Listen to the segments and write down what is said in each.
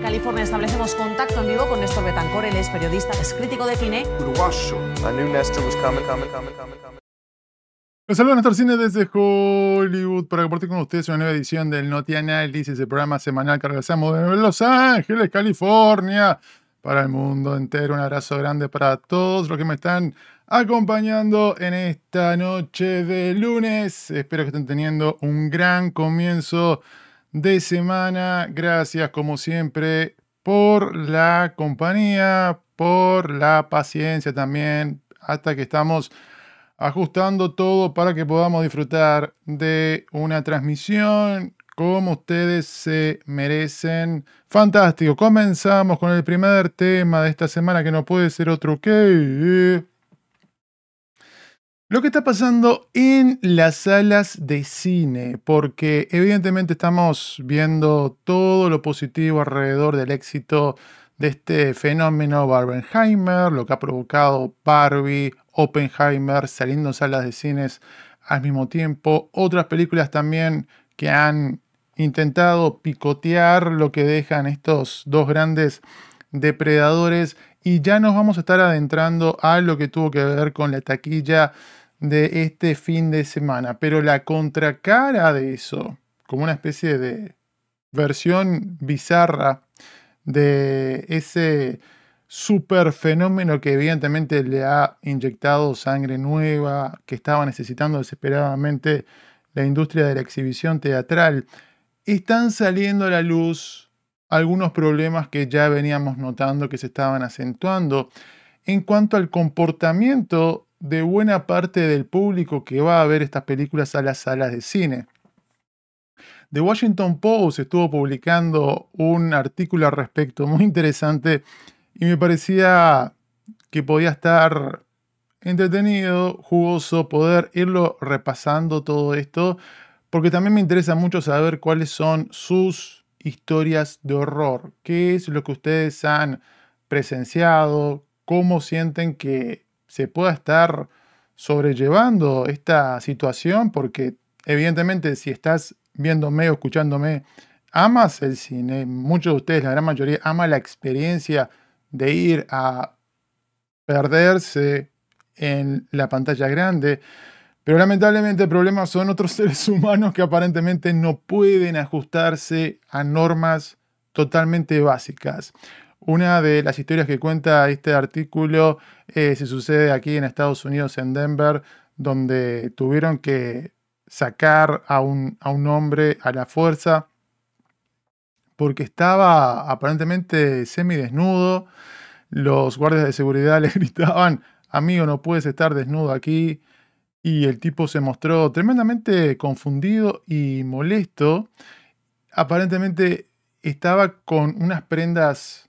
California establecemos contacto en vivo con Néstor Betancor, él es periodista, es crítico de cine. Uruguayo. I knew Nestor was coming. Les saludo Néstor Cine desde Hollywood para compartir con ustedes una nueva edición del Noti Análisis, el programa semanal que realizamos de Los Ángeles, California, para el mundo entero. Un abrazo grande para todos los que me están acompañando en esta noche de lunes. Espero que estén teniendo un gran comienzo de semana. Gracias, como siempre, por la compañía, por la paciencia también, hasta que estamos ajustando todo para que podamos disfrutar de una transmisión como ustedes se merecen. Fantástico, comenzamos con el primer tema de esta semana, que no puede ser otro que lo que está pasando en las salas de cine, porque evidentemente estamos viendo todo lo positivo alrededor del éxito de este fenómeno Barbenheimer, lo que ha provocado Barbie, Oppenheimer, saliendo en salas de cines al mismo tiempo. Otras películas también que han intentado picotear lo que dejan estos dos grandes depredadores. Y ya nos vamos a estar adentrando a lo que tuvo que ver con la taquilla de este fin de semana. Pero la contracara de eso, como una especie de versión bizarra de ese super fenómeno que evidentemente le ha inyectado sangre nueva, que estaba necesitando desesperadamente la industria de la exhibición teatral, están saliendo a la luz algunos problemas que ya veníamos notando que se estaban acentuando en cuanto al comportamiento de buena parte del público que va a ver estas películas a las salas de cine. The Washington Post estuvo publicando un artículo al respecto muy interesante y me parecía que podía estar entretenido, jugoso, poder irlo repasando todo esto, porque también me interesa mucho saber cuáles son sus historias de horror, qué es lo que ustedes han presenciado, cómo sienten que se pueda estar sobrellevando esta situación, porque evidentemente si estás viéndome o escuchándome, amas el cine, muchos de ustedes, la gran mayoría, ama la experiencia de ir a perderse en la pantalla grande, pero lamentablemente el problema son otros seres humanos que aparentemente no pueden ajustarse a normas totalmente básicas. Una de las historias que cuenta este artículo se sucede aquí en Estados Unidos, en Denver, donde tuvieron que sacar a un hombre a la fuerza porque estaba aparentemente semidesnudo. Los guardias de seguridad le gritaban: amigo, no puedes estar desnudo aquí. Y el tipo se mostró tremendamente confundido y molesto. Aparentemente estaba con unas prendas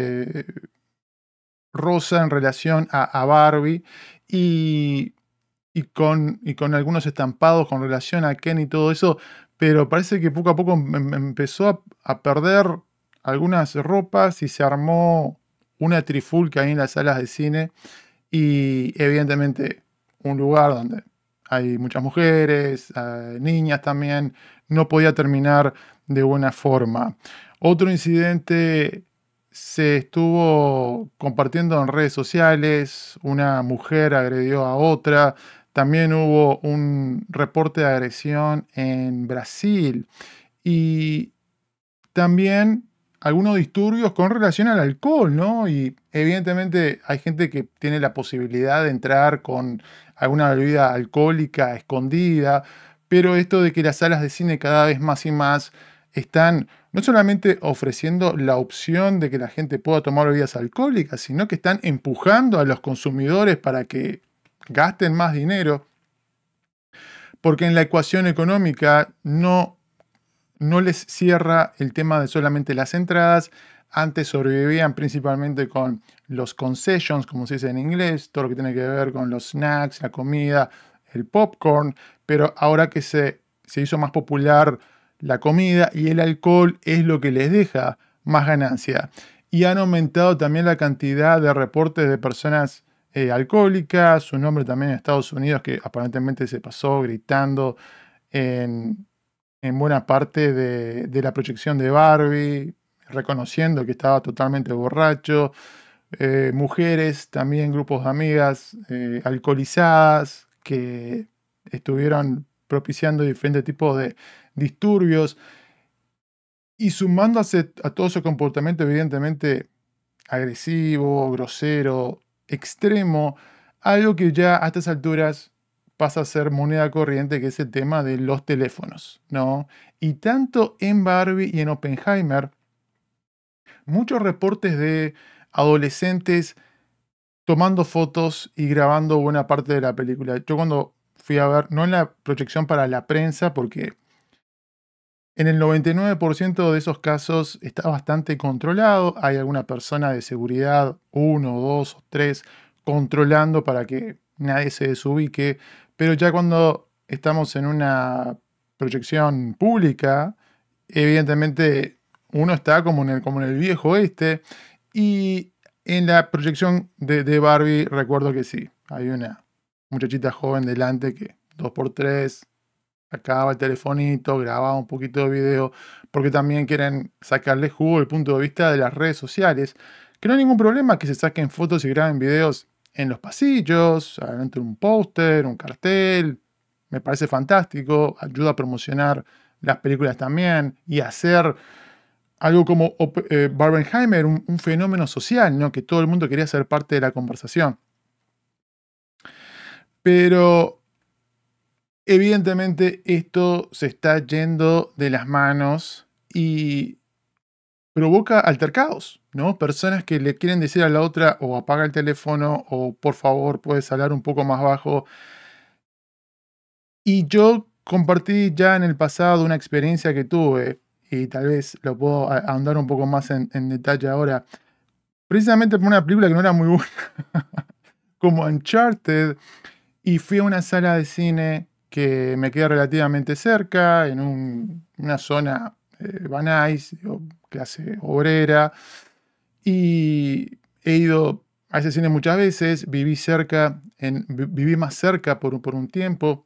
rosa en relación a Barbie y con algunos estampados con relación a Ken y todo eso, pero parece que poco a poco empezó a perder algunas ropas y se armó una trifulca ahí en las salas de cine y evidentemente un lugar donde hay muchas mujeres, niñas también, no podía terminar de buena forma. Otro incidente se estuvo compartiendo en redes sociales, una mujer agredió a otra. También hubo un reporte de agresión en Brasil y también algunos disturbios con relación al alcohol, ¿no? Y evidentemente hay gente que tiene la posibilidad de entrar con alguna bebida alcohólica escondida, pero esto de que las salas de cine cada vez más y más están no solamente ofreciendo la opción de que la gente pueda tomar bebidas alcohólicas, sino que están empujando a los consumidores para que gasten más dinero, porque en la ecuación económica no les cierra el tema de solamente las entradas. Antes sobrevivían principalmente con los concessions, como se dice en inglés, todo lo que tiene que ver con los snacks, la comida, el popcorn, pero ahora que se hizo más popular la comida y el alcohol es lo que les deja más ganancia. Y han aumentado también la cantidad de reportes de personas alcohólicas, un hombre también en Estados Unidos que aparentemente se pasó gritando en buena parte de la proyección de Barbie, reconociendo que estaba totalmente borracho. Mujeres, también grupos de amigas alcoholizadas que estuvieron propiciando diferentes tipos de disturbios y sumándose a todo su comportamiento evidentemente agresivo, grosero, extremo, algo que ya a estas alturas pasa a ser moneda corriente, que es el tema de los teléfonos, ¿no? Y tanto en Barbie y en Oppenheimer, muchos reportes de adolescentes tomando fotos y grabando buena parte de la película. Yo cuando fui a ver, no en la proyección para la prensa, porque en el 99% de esos casos está bastante controlado. Hay alguna persona de seguridad, uno, dos o tres, controlando para que nadie se desubique. Pero ya cuando estamos en una proyección pública, evidentemente uno está como en el viejo oeste. Y en la proyección de Barbie recuerdo que sí, hay una muchachita joven delante que 2x3 sacaba el telefonito, grababa un poquito de video, porque también quieren sacarle jugo el punto de vista de las redes sociales. Que no hay ningún problema que se saquen fotos y graben videos en los pasillos, adentro de un póster, un cartel. Me parece fantástico, ayuda a promocionar las películas también y hacer algo como Barbenheimer, un fenómeno social, ¿no? Que todo el mundo quería ser parte de la conversación. Pero evidentemente esto se está yendo de las manos y provoca altercados, ¿no? Personas que le quieren decir a la otra o apaga el teléfono o por favor puedes hablar un poco más bajo. Y yo compartí ya en el pasado una experiencia que tuve y tal vez lo puedo ahondar un poco más en detalle ahora. Precisamente por una película que no era muy buena, como Uncharted, y fui a una sala de cine que me queda relativamente cerca, en una zona Van Nuys, clase obrera, y he ido a ese cine muchas veces, viví más cerca por un tiempo,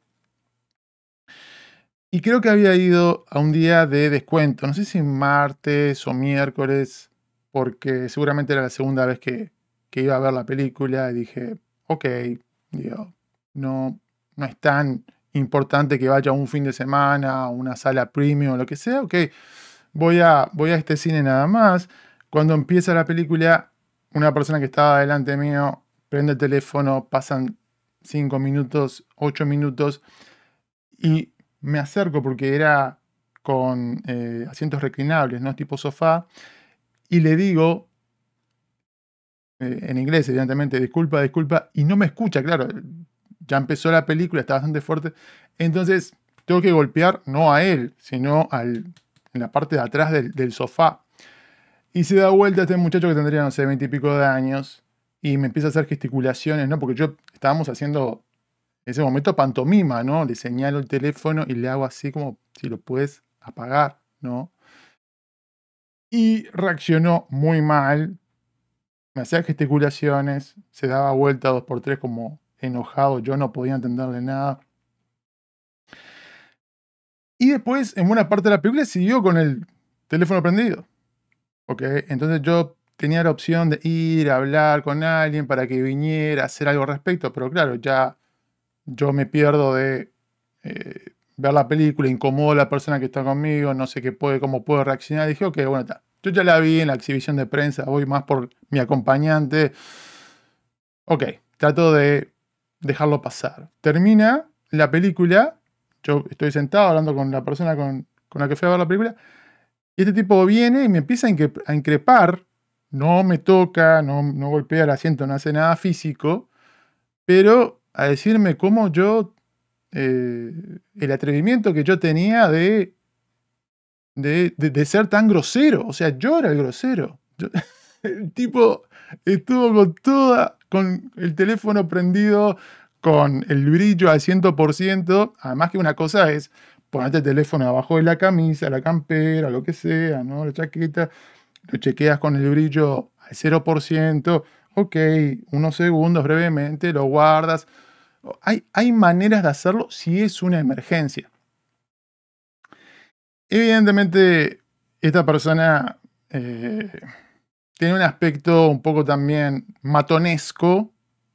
y creo que había ido a un día de descuento, no sé si martes o miércoles, porque seguramente era la segunda vez que iba a ver la película, y dije, ok, digo, no, no es tan importante que vaya un fin de semana a una sala premium o lo que sea, ok, voy a este cine nada más. Cuando empieza la película, una persona que estaba delante mío prende el teléfono, pasan 5 minutos, 8 minutos y me acerco porque era con asientos reclinables, ¿no? Tipo sofá, y le digo, en inglés, evidentemente, disculpa, disculpa, y no me escucha, claro, ya empezó la película, está bastante fuerte, entonces tengo que golpear no a él, sino en la parte de atrás del sofá. Y se da vuelta este muchacho que tendría, no sé, 20 y pico de años, y me empieza a hacer gesticulaciones, ¿no? Porque estábamos haciendo en ese momento pantomima, ¿no? Le señalo el teléfono y le hago así como si lo puedes apagar, ¿no? Y reaccionó muy mal, me hacía gesticulaciones, se daba vuelta 2x3 como enojado, yo no podía entenderle nada. Y después, en buena parte de la película, siguió con el teléfono prendido. ¿Ok? Entonces yo tenía la opción de ir a hablar con alguien para que viniera a hacer algo al respecto, pero claro, ya yo me pierdo de ver la película, incomodo a la persona que está conmigo, no sé cómo puede reaccionar. Dije, ok, bueno, está. Yo ya la vi en la exhibición de prensa, voy más por mi acompañante. Ok, trato de dejarlo pasar. Termina la película, yo estoy sentado hablando con la persona con la que fui a ver la película, y este tipo viene y me empieza a increpar, no me toca, no golpea el asiento, no hace nada físico, pero a decirme cómo el atrevimiento que yo tenía de ser tan grosero. O sea, yo era el grosero. El tipo estuvo con el teléfono prendido, con el brillo al 100%. Además que una cosa es ponerte el teléfono abajo de la camisa, la campera, lo que sea, ¿no? La chaqueta, lo chequeas con el brillo al 0%. Ok, unos segundos brevemente, lo guardas. Hay maneras de hacerlo si es una emergencia. Evidentemente, esta persona tiene un aspecto un poco también matonesco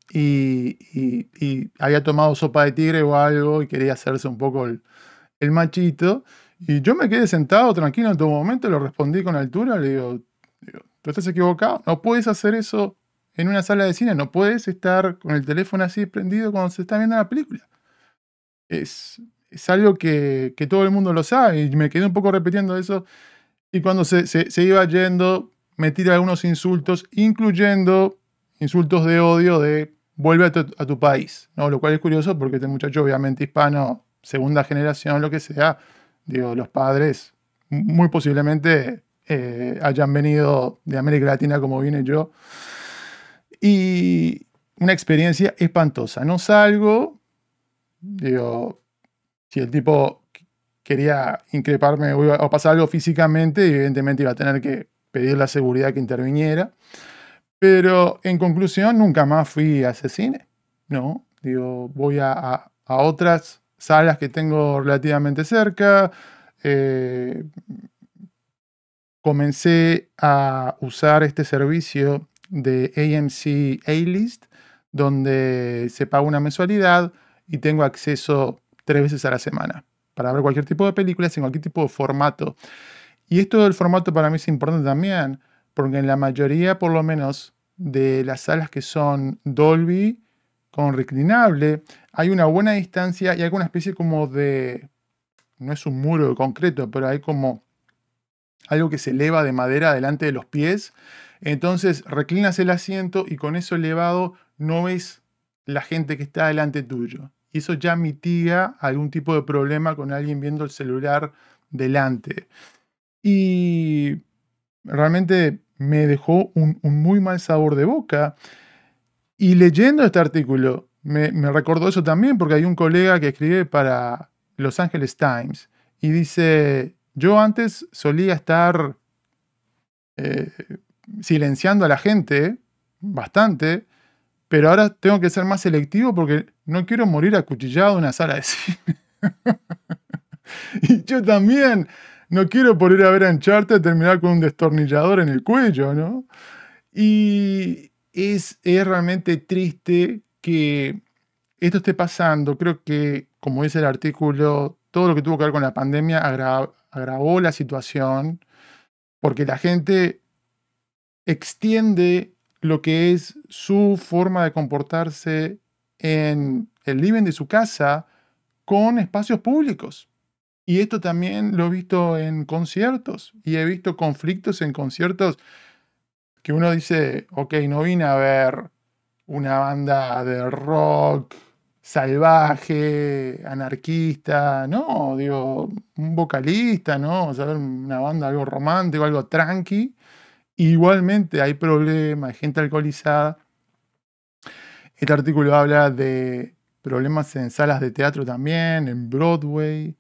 y había tomado sopa de tigre o algo y quería hacerse un poco el machito. Y yo me quedé sentado tranquilo en todo momento, lo respondí con altura, le digo, tú estás equivocado, no puedes hacer eso en una sala de cine, no puedes estar con el teléfono así prendido cuando se está viendo la película. Es algo que todo el mundo lo sabe y me quedé un poco repitiendo eso. Y cuando se iba yendo, me tira algunos insultos, incluyendo insultos de odio de vuelve a tu país, ¿no? Lo cual es curioso porque este muchacho, obviamente hispano, segunda generación, lo que sea, digo, los padres muy posiblemente hayan venido de América Latina como vine yo. Y una experiencia espantosa. No salgo, digo, si el tipo quería increparme o pasar algo físicamente, evidentemente iba a tener que pedir la seguridad que interviniera. Pero en conclusión, nunca más fui a ese cine, ¿no? Digo, voy a otras salas que tengo relativamente cerca. Comencé a usar este servicio de AMC A-List, donde se paga una mensualidad y tengo acceso 3 veces a la semana para ver cualquier tipo de películas en cualquier tipo de formato. Y esto del formato para mí es importante también, porque en la mayoría, por lo menos, de las salas que son Dolby con reclinable, hay una buena distancia y hay una especie como de, no es un muro de concreto, pero hay como algo que se eleva de madera delante de los pies. Entonces reclinas el asiento y con eso elevado no ves la gente que está delante tuyo. Y eso ya mitiga algún tipo de problema con alguien viendo el celular delante. Y realmente me dejó un muy mal sabor de boca. Y leyendo este artículo, me recordó eso también, porque hay un colega que escribe para Los Angeles Times y dice, yo antes solía estar eh, silenciando a la gente bastante, pero ahora tengo que ser más selectivo porque no quiero morir acuchillado en una sala de cine. Y yo también no quiero por ir a ver a Uncharted terminar con un destornillador en el cuello, ¿no? Y es realmente triste que esto esté pasando. Creo que, como dice el artículo, todo lo que tuvo que ver con la pandemia agravó la situación porque la gente extiende lo que es su forma de comportarse en el living de su casa con espacios públicos. Y esto también lo he visto en conciertos y he visto conflictos en conciertos que uno dice, ok, no vine a ver una banda de rock salvaje, anarquista, no, digo, un vocalista, ¿no? O sea, una banda, algo romántico, algo tranqui. Igualmente hay problemas, hay gente alcoholizada. Este artículo habla de problemas en salas de teatro también, en Broadway,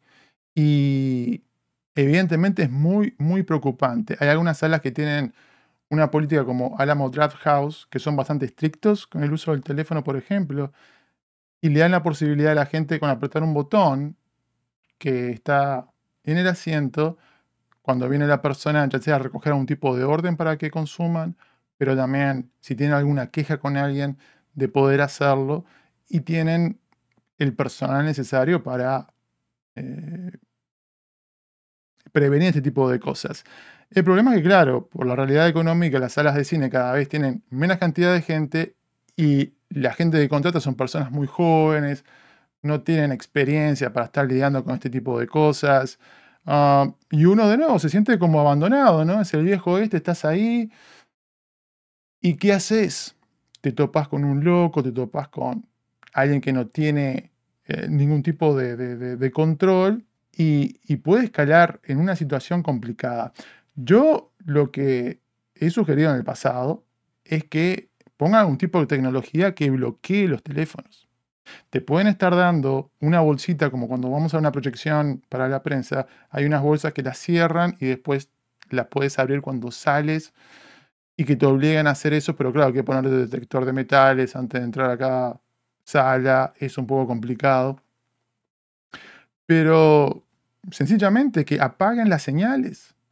y evidentemente es muy, muy preocupante. Hay algunas salas que tienen una política como Alamo Drafthouse, que son bastante estrictos con el uso del teléfono, por ejemplo, y le dan la posibilidad a la gente con apretar un botón que está en el asiento, cuando viene la persona, ya sea a recoger algún tipo de orden para que consuman, pero también si tienen alguna queja con alguien, de poder hacerlo, y tienen el personal necesario para eh, prevenir este tipo de cosas. El problema es que, claro, por la realidad económica, las salas de cine cada vez tienen menos cantidad de gente y la gente que contrata son personas muy jóvenes, no tienen experiencia para estar lidiando con este tipo de cosas. Y uno de nuevo se siente como abandonado, ¿no? Es el viejo este, estás ahí. ¿Y qué haces? Te topas con un loco, te topas con alguien que no tiene ningún tipo de control y puede escalar en una situación complicada. Yo lo que he sugerido en el pasado es que pongan algún tipo de tecnología que bloquee los teléfonos. Te pueden estar dando una bolsita, como cuando vamos a una proyección para la prensa, hay unas bolsas que las cierran y después las puedes abrir cuando sales y que te obligan a hacer eso, pero claro, hay que ponerle detector de metales antes de entrar a cada sala, es un poco complicado. Pero sencillamente que apaguen las señales,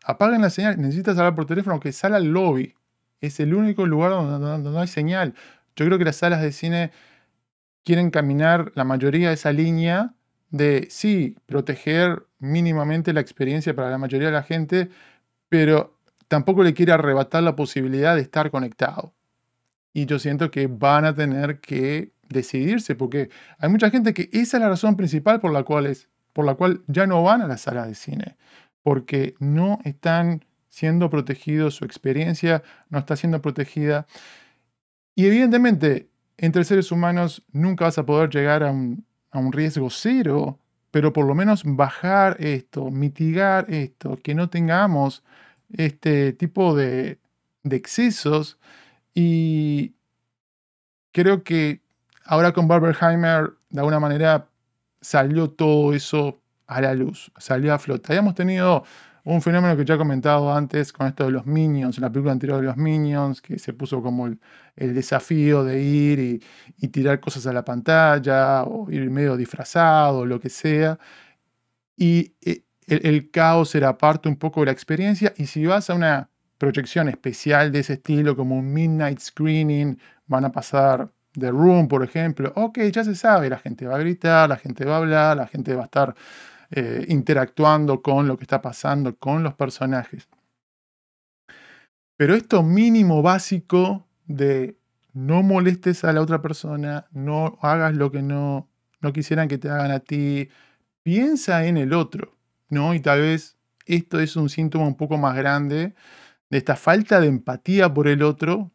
apaguen la señal, necesitas hablar por teléfono, que sal al lobby. Es el único lugar donde no hay señal. Yo creo que las salas de cine quieren caminar la mayoría de esa línea de, sí, proteger mínimamente la experiencia para la mayoría de la gente, pero tampoco le quiere arrebatar la posibilidad de estar conectado. Y yo siento que van a tener que decidirse, porque hay mucha gente que esa es la razón principal por la cual ya no van a las salas de cine, porque no están siendo protegidos, su experiencia no está siendo protegida. Y evidentemente, entre seres humanos nunca vas a poder llegar a un riesgo cero, pero por lo menos bajar esto, mitigar esto, que no tengamos este tipo de excesos. Y creo que ahora con Barbenheimer, de alguna manera, salió todo eso a la luz, salió a flote. Habíamos tenido un fenómeno que ya he comentado antes con esto de los Minions, en la película anterior de los Minions, que se puso como el desafío de ir y tirar cosas a la pantalla, o ir medio disfrazado, lo que sea. Y el caos era parte un poco de la experiencia. Y si vas a una proyección especial de ese estilo, como un midnight screening, van a pasar The Room, por ejemplo. Ok, ya se sabe, la gente va a gritar, la gente va a hablar, la gente va a estar interactuando con lo que está pasando, con los personajes. Pero esto mínimo básico de no molestes a la otra persona, no hagas lo que no quisieran que te hagan a ti, piensa en el otro, ¿no? Y tal vez esto es un síntoma un poco más grande de esta falta de empatía por el otro,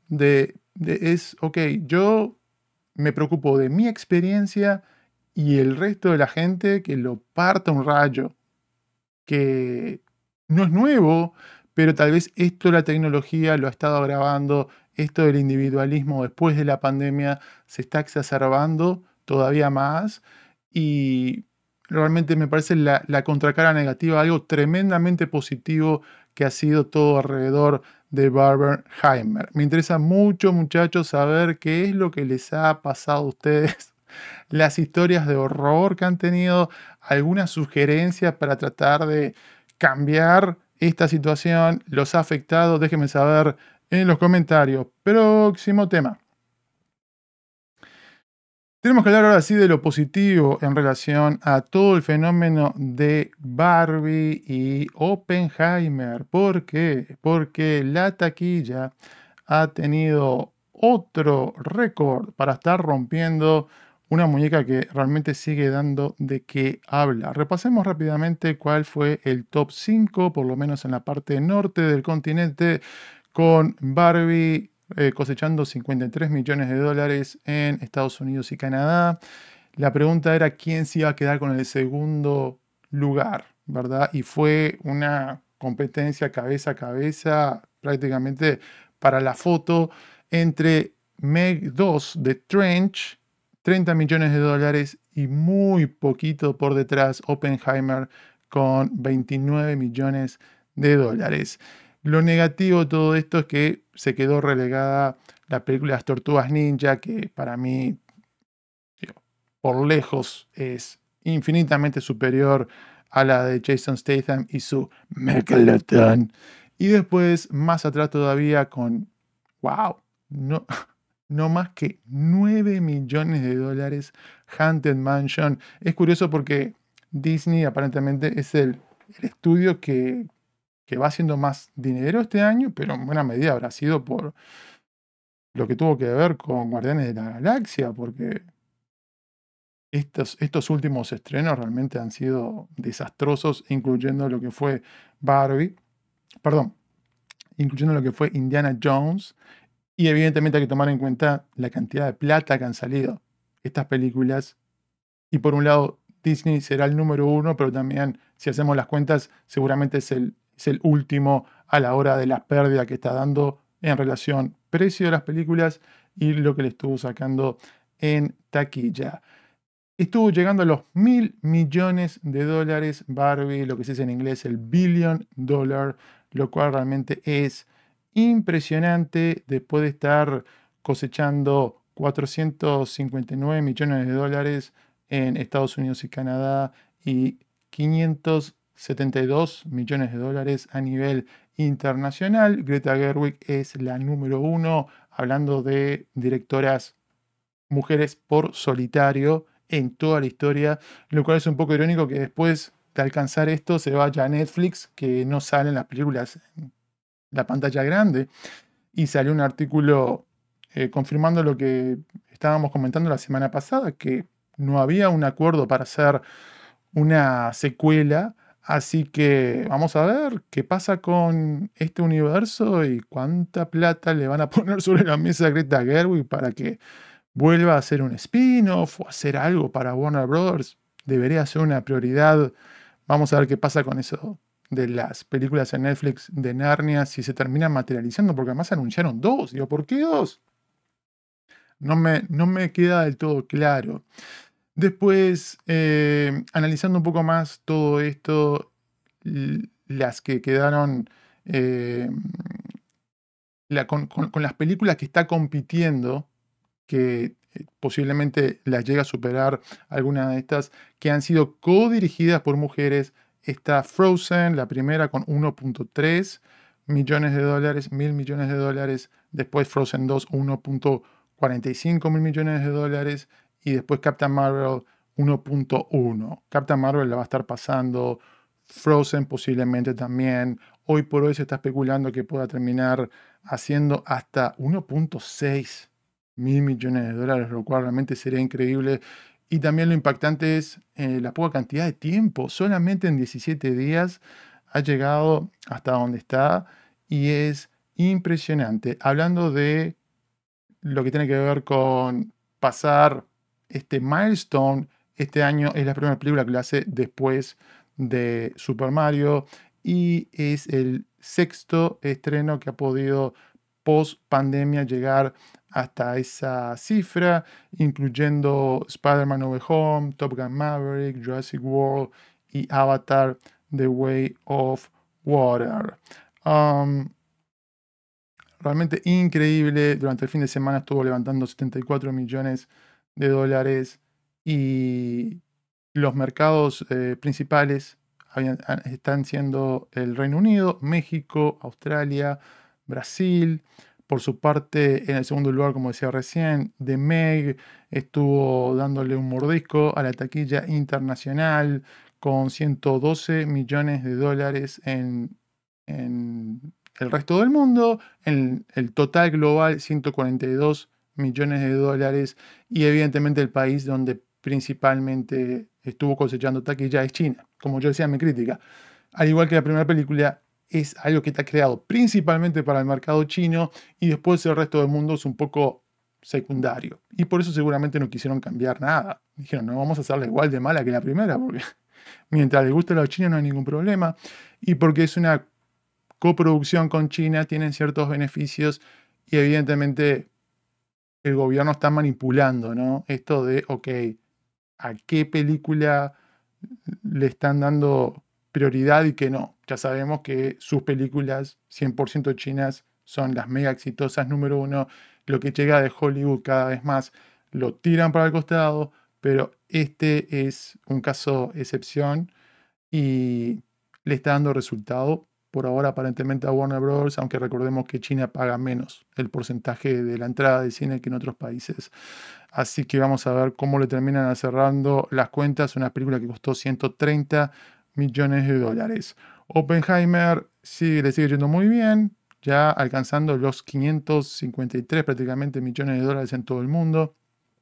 ok, yo me preocupo de mi experiencia y el resto de la gente que lo parta un rayo, que no es nuevo, pero tal vez esto la tecnología lo ha estado agravando, esto del individualismo después de la pandemia se está exacerbando todavía más y realmente me parece la contracara negativa, algo tremendamente positivo que ha sido todo alrededor de Barbenheimer. Me interesa mucho, muchachos, saber qué es lo que les ha pasado a ustedes, las historias de horror que han tenido, algunas sugerencias para tratar de cambiar esta situación, los ha afectado, déjenme saber en los comentarios. Próximo tema. Tenemos que hablar ahora sí de lo positivo en relación a todo el fenómeno de Barbie y Oppenheimer. ¿Por qué? Porque la taquilla ha tenido otro récord para estar rompiendo una muñeca que realmente sigue dando de qué hablar. Repasemos rápidamente cuál fue el top 5, por lo menos en la parte norte del continente, con Barbie cosechando 53 millones de dólares en Estados Unidos y Canadá. La pregunta era quién se iba a quedar con el segundo lugar, ¿verdad? Y fue una competencia cabeza a cabeza prácticamente para la foto entre Meg 2 de Trench, 30 millones de dólares, y muy poquito por detrás Oppenheimer con 29 millones de dólares. Lo negativo de todo esto es que se quedó relegada la película Las Tortugas Ninja, que para mí, por lejos, es infinitamente superior a la de Jason Statham y su Megalodon. Y después, más atrás todavía, con, wow, no más que 9 millones de dólares, Haunted Mansion. Es curioso porque Disney aparentemente es el estudio que va haciendo más dinero este año, pero en buena medida habrá sido por lo que tuvo que ver con Guardianes de la Galaxia, porque estos últimos estrenos realmente han sido desastrosos, incluyendo lo que fue incluyendo lo que fue Indiana Jones, y evidentemente hay que tomar en cuenta la cantidad de plata que han salido estas películas, y por un lado Disney será el número uno, pero también, si hacemos las cuentas, seguramente es el último a la hora de la pérdida que está dando en relación precio de las películas y lo que le estuvo sacando en taquilla. Estuvo llegando a los 1.000 millones de dólares Barbie, lo que se dice en inglés el $1 billion, lo cual realmente es impresionante después de estar cosechando 459 millones de dólares en Estados Unidos y Canadá y 500 72 millones de dólares a nivel internacional. Greta Gerwig es la número uno, hablando de directoras mujeres por solitario en toda la historia, lo cual es un poco irónico que después de alcanzar esto se vaya a Netflix, que no salen las películas en la pantalla grande, y salió un artículo confirmando lo que estábamos comentando la semana pasada, que no había un acuerdo para hacer una secuela. Así que vamos a ver qué pasa con este universo y cuánta plata le van a poner sobre la mesa a Greta Gerwig para que vuelva a hacer un spin-off o hacer algo para Warner Bros. Debería ser una prioridad. Vamos a ver qué pasa con eso de las películas en Netflix de Narnia, si se terminan materializando, porque además anunciaron dos. Digo, ¿por qué dos? No me queda del todo claro. Después, analizando un poco más todo esto, las que quedaron eh, con las películas que está compitiendo, que posiblemente las llegue a superar alguna de estas, que han sido co-dirigidas por mujeres. Está Frozen, la primera con 1.3 millones de dólares, 1.000 millones de dólares. Después Frozen 2, 1.45 mil millones de dólares. Y después Captain Marvel, 1.1. Captain Marvel la va a estar pasando. Frozen posiblemente también. Hoy por hoy se está especulando que pueda terminar haciendo hasta 1.6 mil millones de dólares, lo cual realmente sería increíble. Y también lo impactante es la poca cantidad de tiempo. Solamente en 17 días ha llegado hasta donde está y es impresionante. Hablando de lo que tiene que ver con pasar este milestone, este año es la primera película que lo hace después de Super Mario y es el sexto estreno que ha podido post pandemia llegar hasta esa cifra, incluyendo Spider-Man No Way Home, Top Gun Maverick, Jurassic World y Avatar The Way of Water. Realmente increíble. Durante el fin de semana estuvo levantando 74 millones de dólares y los mercados principales están siendo el Reino Unido, México, Australia, Brasil. Por su parte, en el segundo lugar, como decía recién, The Meg estuvo dándole un mordisco a la taquilla internacional con 112 millones de dólares en el resto del mundo. En el total global, 142 millones de dólares. Y evidentemente el país donde principalmente estuvo cosechando taquilla es China. Como yo decía en mi crítica, al igual que la primera película, es algo que está creado principalmente para el mercado chino y después el resto del mundo es un poco secundario. Y por eso seguramente no quisieron cambiar nada. Dijeron, no vamos a hacerla igual de mala que la primera, porque mientras les guste a los chinos no hay ningún problema. Y porque es una coproducción con China, tienen ciertos beneficios y evidentemente el gobierno está manipulando, ¿no? Esto de, ok, ¿a qué película le están dando prioridad y qué no? Ya sabemos que sus películas 100% chinas son las mega exitosas número uno. Lo que llega de Hollywood cada vez más lo tiran para el costado, pero este es un caso excepción y le está dando resultado por ahora aparentemente a Warner Bros., aunque recordemos que China paga menos el porcentaje de la entrada de cine que en otros países. Así que vamos a ver cómo le terminan cerrando las cuentas. Una película que costó 130 millones de dólares. Oppenheimer le sigue yendo muy bien, ya alcanzando los 553 prácticamente millones de dólares en todo el mundo.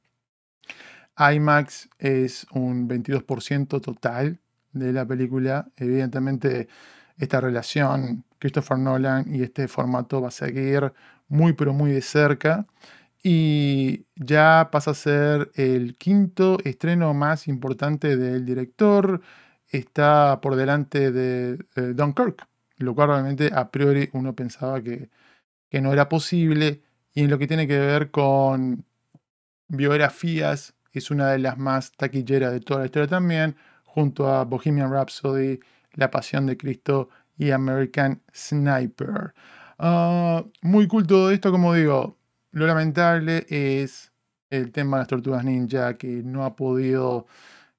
IMAX es un 22% total de la película. Evidentemente, esta relación Christopher Nolan y este formato va a seguir muy, pero muy de cerca. Y ya pasa a ser el quinto estreno más importante del director. Está por delante de Dunkirk, lo cual realmente a priori uno pensaba que no era posible. Y en lo que tiene que ver con biografías, es una de las más taquilleras de toda la historia también, junto a Bohemian Rhapsody, La Pasión de Cristo y American Sniper. Muy cool todo esto, como digo. Lo lamentable es el tema de las tortugas ninja, que no ha podido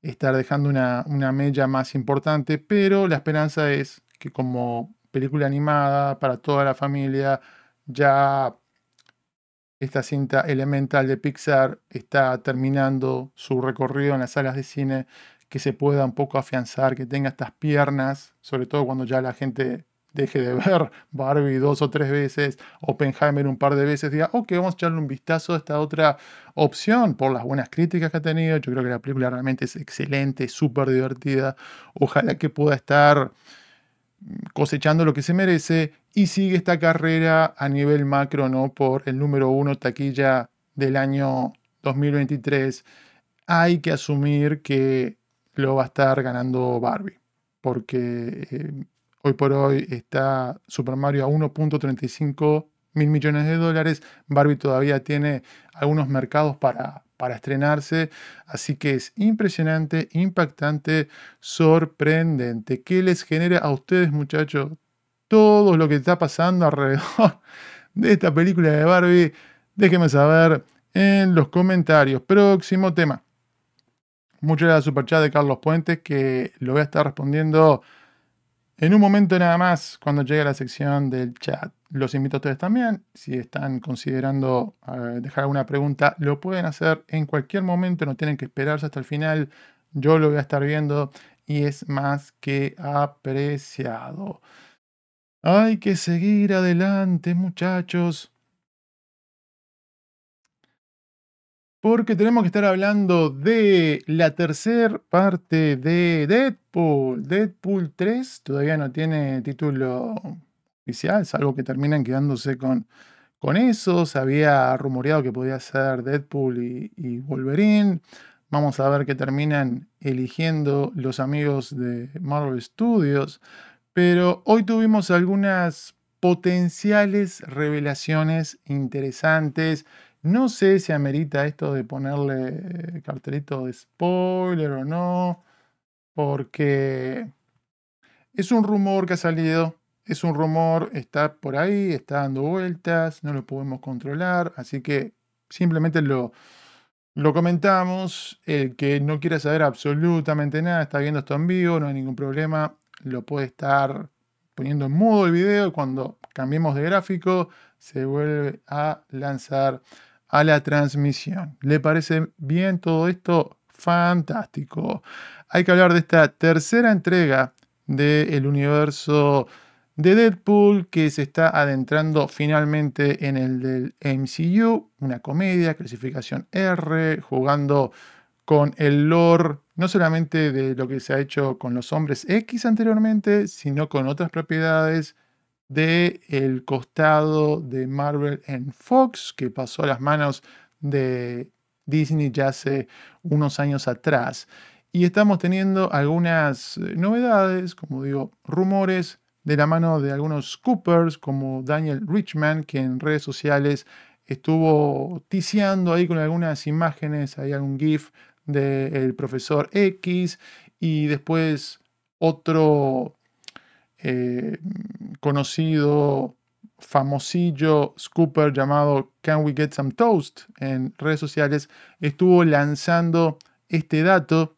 estar dejando una mella más importante, pero la esperanza es que como película animada para toda la familia, ya esta cinta Elemental de Pixar está terminando su recorrido en las salas de cine, que se pueda un poco afianzar, que tenga estas piernas, sobre todo cuando ya la gente deje de ver Barbie 2 o 3 veces, Oppenheimer un par de veces, diga, ok, vamos a echarle un vistazo a esta otra opción por las buenas críticas que ha tenido. Yo creo que la película realmente es excelente, súper divertida. Ojalá que pueda estar cosechando lo que se merece y sigue esta carrera a nivel macro, ¿no? Por el número 1 taquilla del año 2023. Hay que asumir que lo va a estar ganando Barbie, porque hoy por hoy está Super Mario a 1.35 mil millones de dólares. Barbie todavía tiene algunos mercados para estrenarse, así que es impresionante, impactante, sorprendente. ¿Qué les genera a ustedes, muchachos, todo lo que está pasando alrededor de esta película de Barbie? Déjenme saber en los comentarios. Próximo tema. Muchas gracias al superchat de Carlos Puentes, que lo voy a estar respondiendo en un momento nada más, cuando llegue a la sección del chat. Los invito a ustedes también, si están considerando dejar alguna pregunta, lo pueden hacer en cualquier momento, no tienen que esperarse hasta el final. Yo lo voy a estar viendo y es más que apreciado. Hay que seguir adelante, muchachos, porque tenemos que estar hablando de la tercera parte de Deadpool. Deadpool 3 todavía no tiene título oficial, salvo que terminan quedándose con eso. Se había rumoreado que podía ser Deadpool y Wolverine. Vamos a ver qué terminan eligiendo los amigos de Marvel Studios. Pero hoy tuvimos algunas potenciales revelaciones interesantes. No sé si amerita esto de ponerle cartelito de spoiler o no, porque es un rumor que ha salido, es un rumor, está por ahí, está dando vueltas, no lo podemos controlar, así que simplemente lo comentamos. El que no quiera saber absolutamente nada, está viendo esto en vivo, no hay ningún problema, lo puede estar poniendo en mudo el video y cuando cambiemos de gráfico se vuelve a lanzar a la transmisión. ¿Le parece bien todo esto? Fantástico. Hay que hablar de esta tercera entrega del universo de Deadpool, que se está adentrando finalmente en el del MCU, una comedia, clasificación R, jugando con el lore, no solamente de lo que se ha hecho con los Hombres X anteriormente, sino con otras propiedades del costado de Marvel en Fox, que pasó a las manos de Disney ya hace unos años atrás. Y estamos teniendo algunas novedades, como digo, rumores de la mano de algunos Scoopers, como Daniel Richman, que en redes sociales estuvo ticiando ahí con algunas imágenes, hay algún GIF del profesor X, y después otro eh, conocido, famosillo Scooper llamado Can We Get Some Toast en redes sociales, estuvo lanzando este dato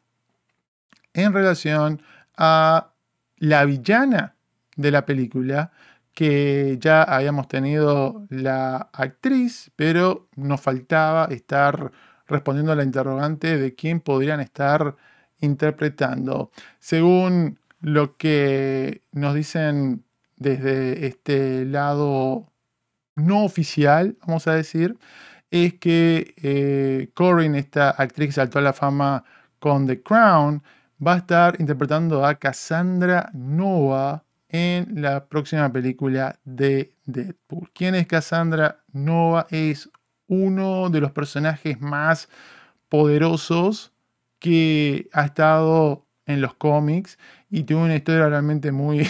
en relación a la villana de la película, que ya habíamos tenido la actriz, pero nos faltaba estar respondiendo a la interrogante de quién podrían estar interpretando. Según lo que nos dicen desde este lado no oficial, vamos a decir, es que Corinne, esta actriz que saltó a la fama con The Crown, va a estar interpretando a Cassandra Nova en la próxima película de Deadpool. ¿Quién es Cassandra Nova? Es uno de los personajes más poderosos que ha estado en los cómics y tiene una historia realmente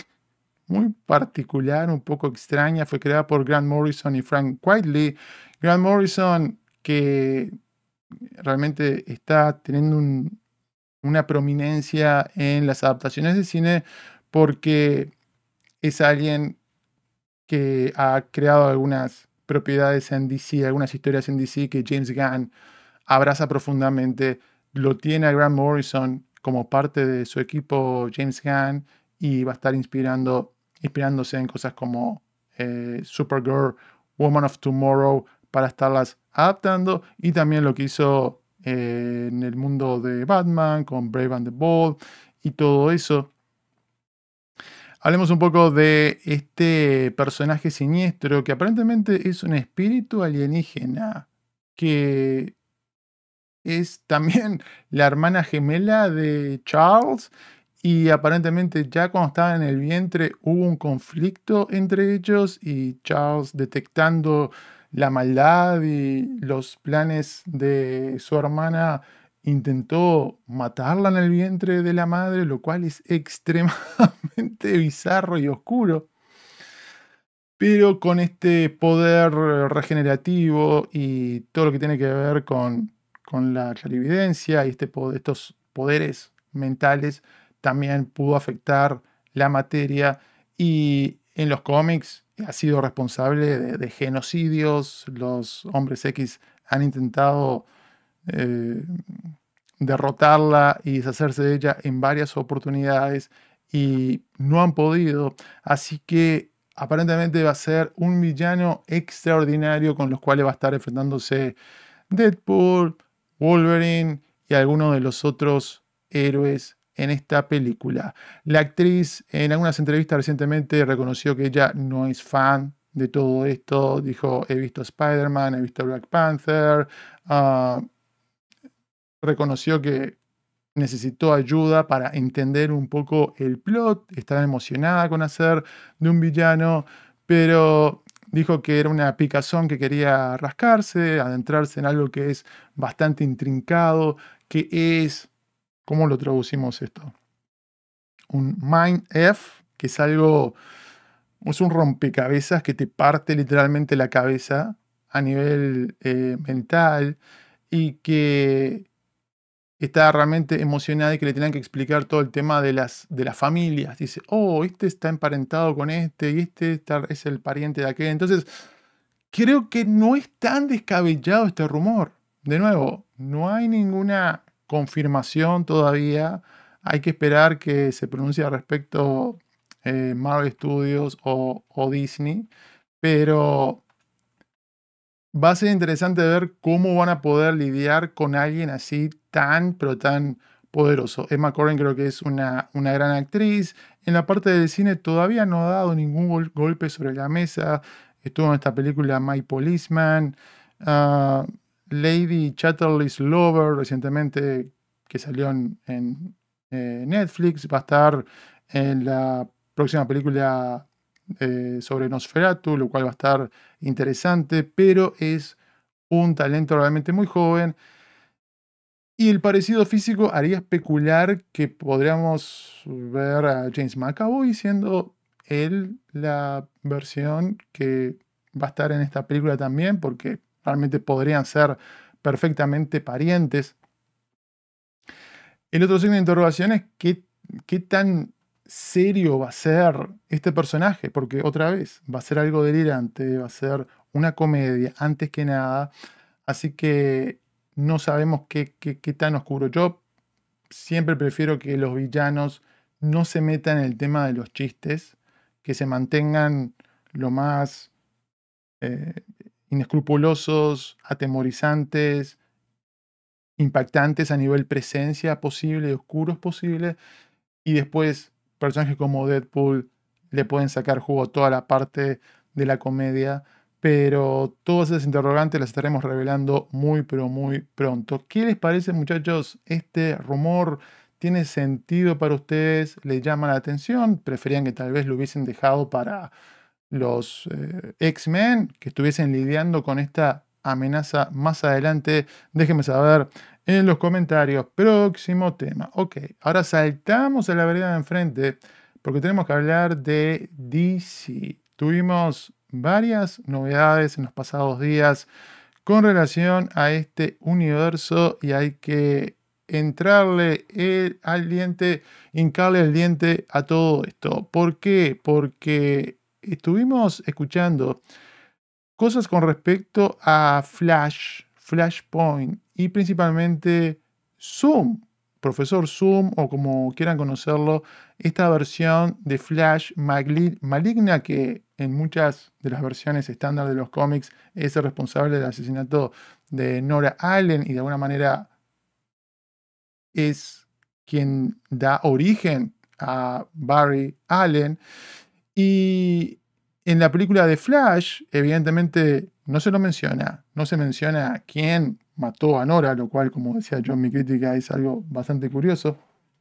muy particular, un poco extraña. Fue creada por Grant Morrison y Frank Quitely. Grant Morrison, que realmente está teniendo una prominencia en las adaptaciones de cine porque es alguien que ha creado algunas propiedades en DC, algunas historias en DC que James Gunn abraza profundamente. lo tiene a Grant Morrison como parte de su equipo James Gunn y va a estar inspirándose en cosas como Supergirl, Woman of Tomorrow para estarlas adaptando, y también lo que hizo en el mundo de Batman con Brave and the Bold y todo eso. Hablemos un poco de este personaje siniestro que aparentemente es un espíritu alienígena que es también la hermana gemela de Charles, y aparentemente ya cuando estaba en el vientre hubo un conflicto entre ellos, y Charles, detectando la maldad y los planes de su hermana, intentó matarla en el vientre de la madre, lo cual es extremadamente bizarro y oscuro. Pero con este poder regenerativo y todo lo que tiene que ver con la clarividencia y estos poderes mentales, también pudo afectar la materia, y en los cómics ha sido responsable de genocidios. Los Hombres X han intentado eh, derrotarla y deshacerse de ella en varias oportunidades y no han podido. Así que aparentemente va a ser un villano extraordinario con los cuales va a estar enfrentándose Deadpool, Wolverine y algunos de los otros héroes en esta película. La actriz en algunas entrevistas recientemente reconoció que ella no es fan de todo esto. Dijo: he visto Spider-Man, he visto Black Panther. Reconoció que necesitó ayuda para entender un poco el plot, estaba emocionada con hacer de un villano, pero dijo que era una picazón que quería rascarse, adentrarse en algo que es bastante intrincado, que es, ¿cómo lo traducimos esto? Un Mind F, que es algo, es un rompecabezas que te parte literalmente la cabeza a nivel mental, y que estaba realmente emocionada y que le tenían que explicar todo el tema de las familias. Dice: oh, este está emparentado con este y es el pariente de aquel. Entonces, creo que no es tan descabellado este rumor. De nuevo, no hay ninguna confirmación todavía. Hay que esperar que se pronuncie al respecto Marvel Studios o Disney. Pero va a ser interesante ver cómo van a poder lidiar con alguien así tan, pero tan poderoso. Emma Corrin creo que es una gran actriz. En la parte del cine todavía no ha dado ningún golpe sobre la mesa. Estuvo en esta película My Policeman. ah, Lady Chatterley's Lover, recientemente, que salió en Netflix. Va a estar en la próxima película sobre Nosferatu, lo cual va a estar interesante, pero es un talento realmente muy joven. Y el parecido físico haría especular que podríamos ver a James McAvoy siendo él la versión que va a estar en esta película también, porque realmente podrían ser perfectamente parientes. El otro signo de interrogación es qué tan serio va a ser este personaje, porque otra vez va a ser algo delirante, va a ser una comedia antes que nada, así que no sabemos qué tan oscuro. Yo siempre prefiero que los villanos no se metan en el tema de los chistes, que se mantengan lo más eh, inescrupulosos, atemorizantes, impactantes a nivel presencia posible, oscuros posible, y después personajes como Deadpool le pueden sacar jugo a toda la parte de la comedia, pero todas esas interrogantes las estaremos revelando muy pero muy pronto. ¿Qué les parece, muchachos? ¿Este rumor tiene sentido para ustedes? ¿Les llama la atención? ¿Preferían que tal vez lo hubiesen dejado para los X-Men, que estuviesen lidiando con esta amenaza más adelante? Déjenme saber en los comentarios. Próximo tema. Ok, ahora saltamos a la vereda de enfrente porque tenemos que hablar de DC. Tuvimos varias novedades en los pasados días con relación a este universo, y hay que entrarle al diente, hincarle el diente a todo esto. ¿Por qué? Porque estuvimos escuchando cosas con respecto a Flash, Flashpoint y principalmente Zoom, Profesor Zoom o como quieran conocerlo, esta versión de Flash maligna que en muchas de las versiones estándar de los cómics es el responsable del asesinato de Nora Allen y de alguna manera es quien da origen a Barry Allen. Y en la película de Flash, evidentemente no se lo menciona, no se menciona quién mató a Nora, lo cual, como decía yo en mi crítica, es algo bastante curioso.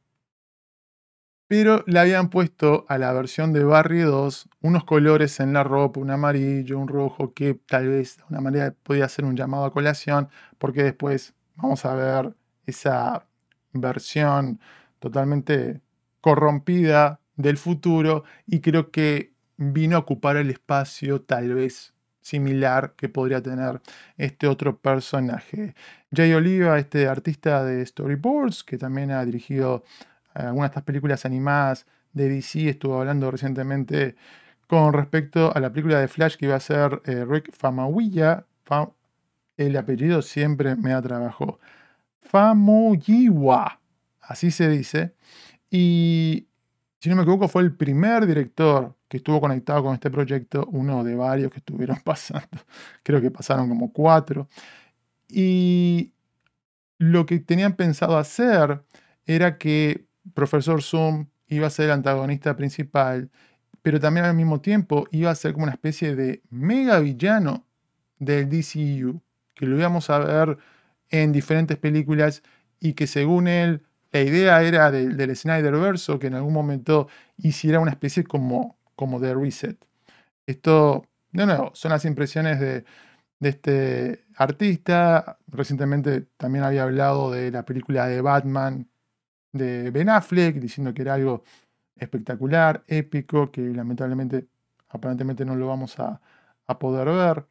Pero le habían puesto a la versión de Barry 2 unos colores en la ropa, un amarillo, un rojo, que tal vez de una manera podía ser un llamado a colación, porque después vamos a ver esa versión totalmente corrompida del futuro y creo que vino a ocupar el espacio tal vez similar que podría tener este otro personaje. Jay Oliva, este artista de storyboards, que también ha dirigido algunas de estas películas animadas de DC, estuvo hablando recientemente con respecto a la película de Flash que iba a ser Rick Famuyiwa. El apellido siempre me da trabajo. Famuyiwa, así se dice. Y si no me equivoco, fue el primer director que estuvo conectado con este proyecto, uno de varios que estuvieron pasando. Creo que pasaron como 4. Y lo que tenían pensado hacer era que Profesor Zoom iba a ser el antagonista principal, pero también al mismo tiempo iba a ser como una especie de mega villano del DCU, que lo íbamos a ver en diferentes películas y que según él, la idea era del Snyderverso, que en algún momento hiciera una especie como de reset. Esto, de nuevo, son las impresiones de este artista. Recientemente también había hablado de la película de Batman de Ben Affleck, diciendo que era algo espectacular, épico, que lamentablemente, aparentemente no lo vamos a poder ver.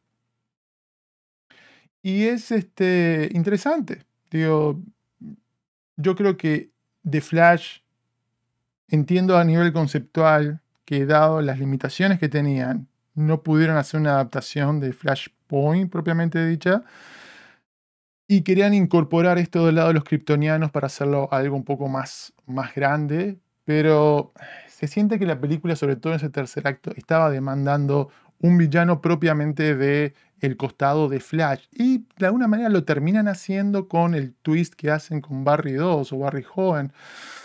Y es interesante. Digo, yo creo que The Flash entiendo a nivel conceptual que dado las limitaciones que tenían, no pudieron hacer una adaptación de Flashpoint propiamente dicha. Y querían incorporar esto del lado de los kryptonianos para hacerlo algo un poco más grande, pero se siente que la película, sobre todo en ese tercer acto, estaba demandando un villano propiamente de el costado de Flash. Y de alguna manera lo terminan haciendo con el twist que hacen con Barry 2 o Barry joven.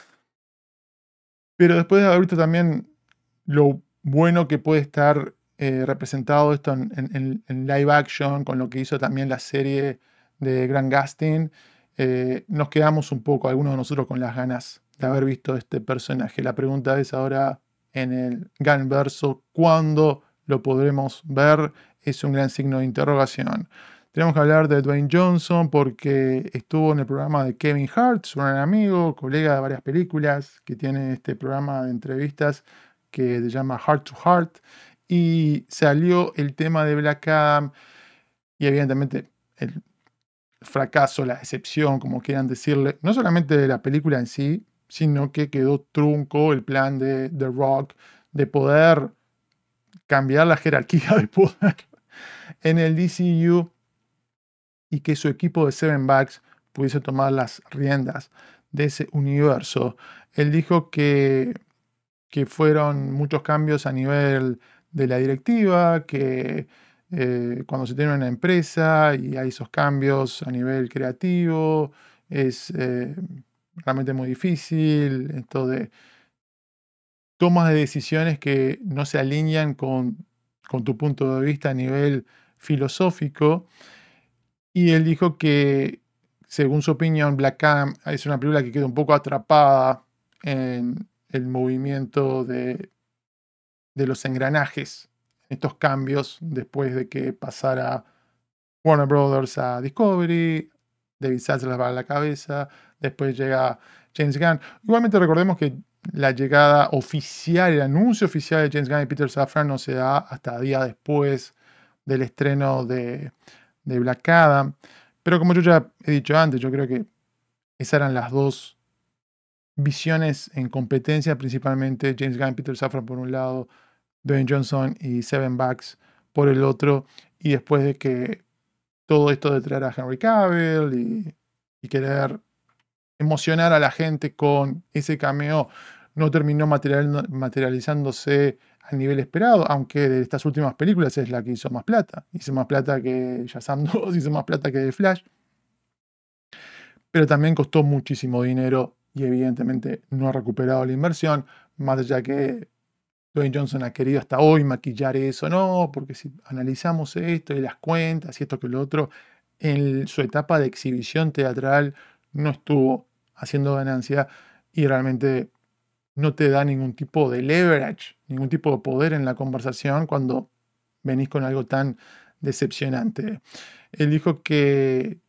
Pero después de haber visto también lo bueno que puede estar representado esto en live action, con lo que hizo también la serie de Grant Gustin, nos quedamos un poco, algunos de nosotros, con las ganas de haber visto este personaje. La pregunta es ahora en el Gunverso, ¿cuándo lo podremos ver? Es un gran signo de interrogación. Tenemos que hablar de Dwayne Johnson porque estuvo en el programa de Kevin Hart, su gran amigo, colega de varias películas, que tiene este programa de entrevistas que se llama Heart to Heart, y salió el tema de Black Adam y evidentemente el fracaso, la decepción, como quieran decirle, no solamente de la película en sí, sino que quedó trunco el plan de The Rock de poder cambiar la jerarquía de poder en el DCU y que su equipo de Seven Bucks pudiese tomar las riendas de ese universo. Él dijo que fueron muchos cambios a nivel de la directiva, que cuando se tiene una empresa y hay esos cambios a nivel creativo, es realmente muy difícil, esto de tomas de decisiones que no se alinean con tu punto de vista a nivel filosófico. Y él dijo que, según su opinión, Black Adam es una película que queda un poco atrapada en el movimiento de los engranajes, estos cambios después de que pasara Warner Brothers a Discovery, David Zaslav va a la cabeza, después llega James Gunn. Igualmente recordemos que la llegada oficial, el anuncio oficial de James Gunn y Peter Safran no se da hasta días después del estreno de Black Adam. Pero como yo ya he dicho antes, yo creo que esas eran las dos visiones en competencia, principalmente James Gunn y Peter Safran por un lado, Dwayne Johnson y Seven Bucks por el otro, y después de que todo esto de traer a Henry Cavill y querer emocionar a la gente con ese cameo no terminó materializándose al nivel esperado, aunque de estas últimas películas es la que hizo más plata. Hizo más plata que Shazam 2, hizo más plata que The Flash, pero también costó muchísimo dinero y evidentemente no ha recuperado la inversión, más allá que Dwayne Johnson ha querido hasta hoy maquillar eso, no, porque si analizamos esto y las cuentas y esto que lo otro, en su etapa de exhibición teatral no estuvo haciendo ganancia y realmente no te da ningún tipo de leverage, ningún tipo de poder en la conversación cuando venís con algo tan decepcionante. Él dijo que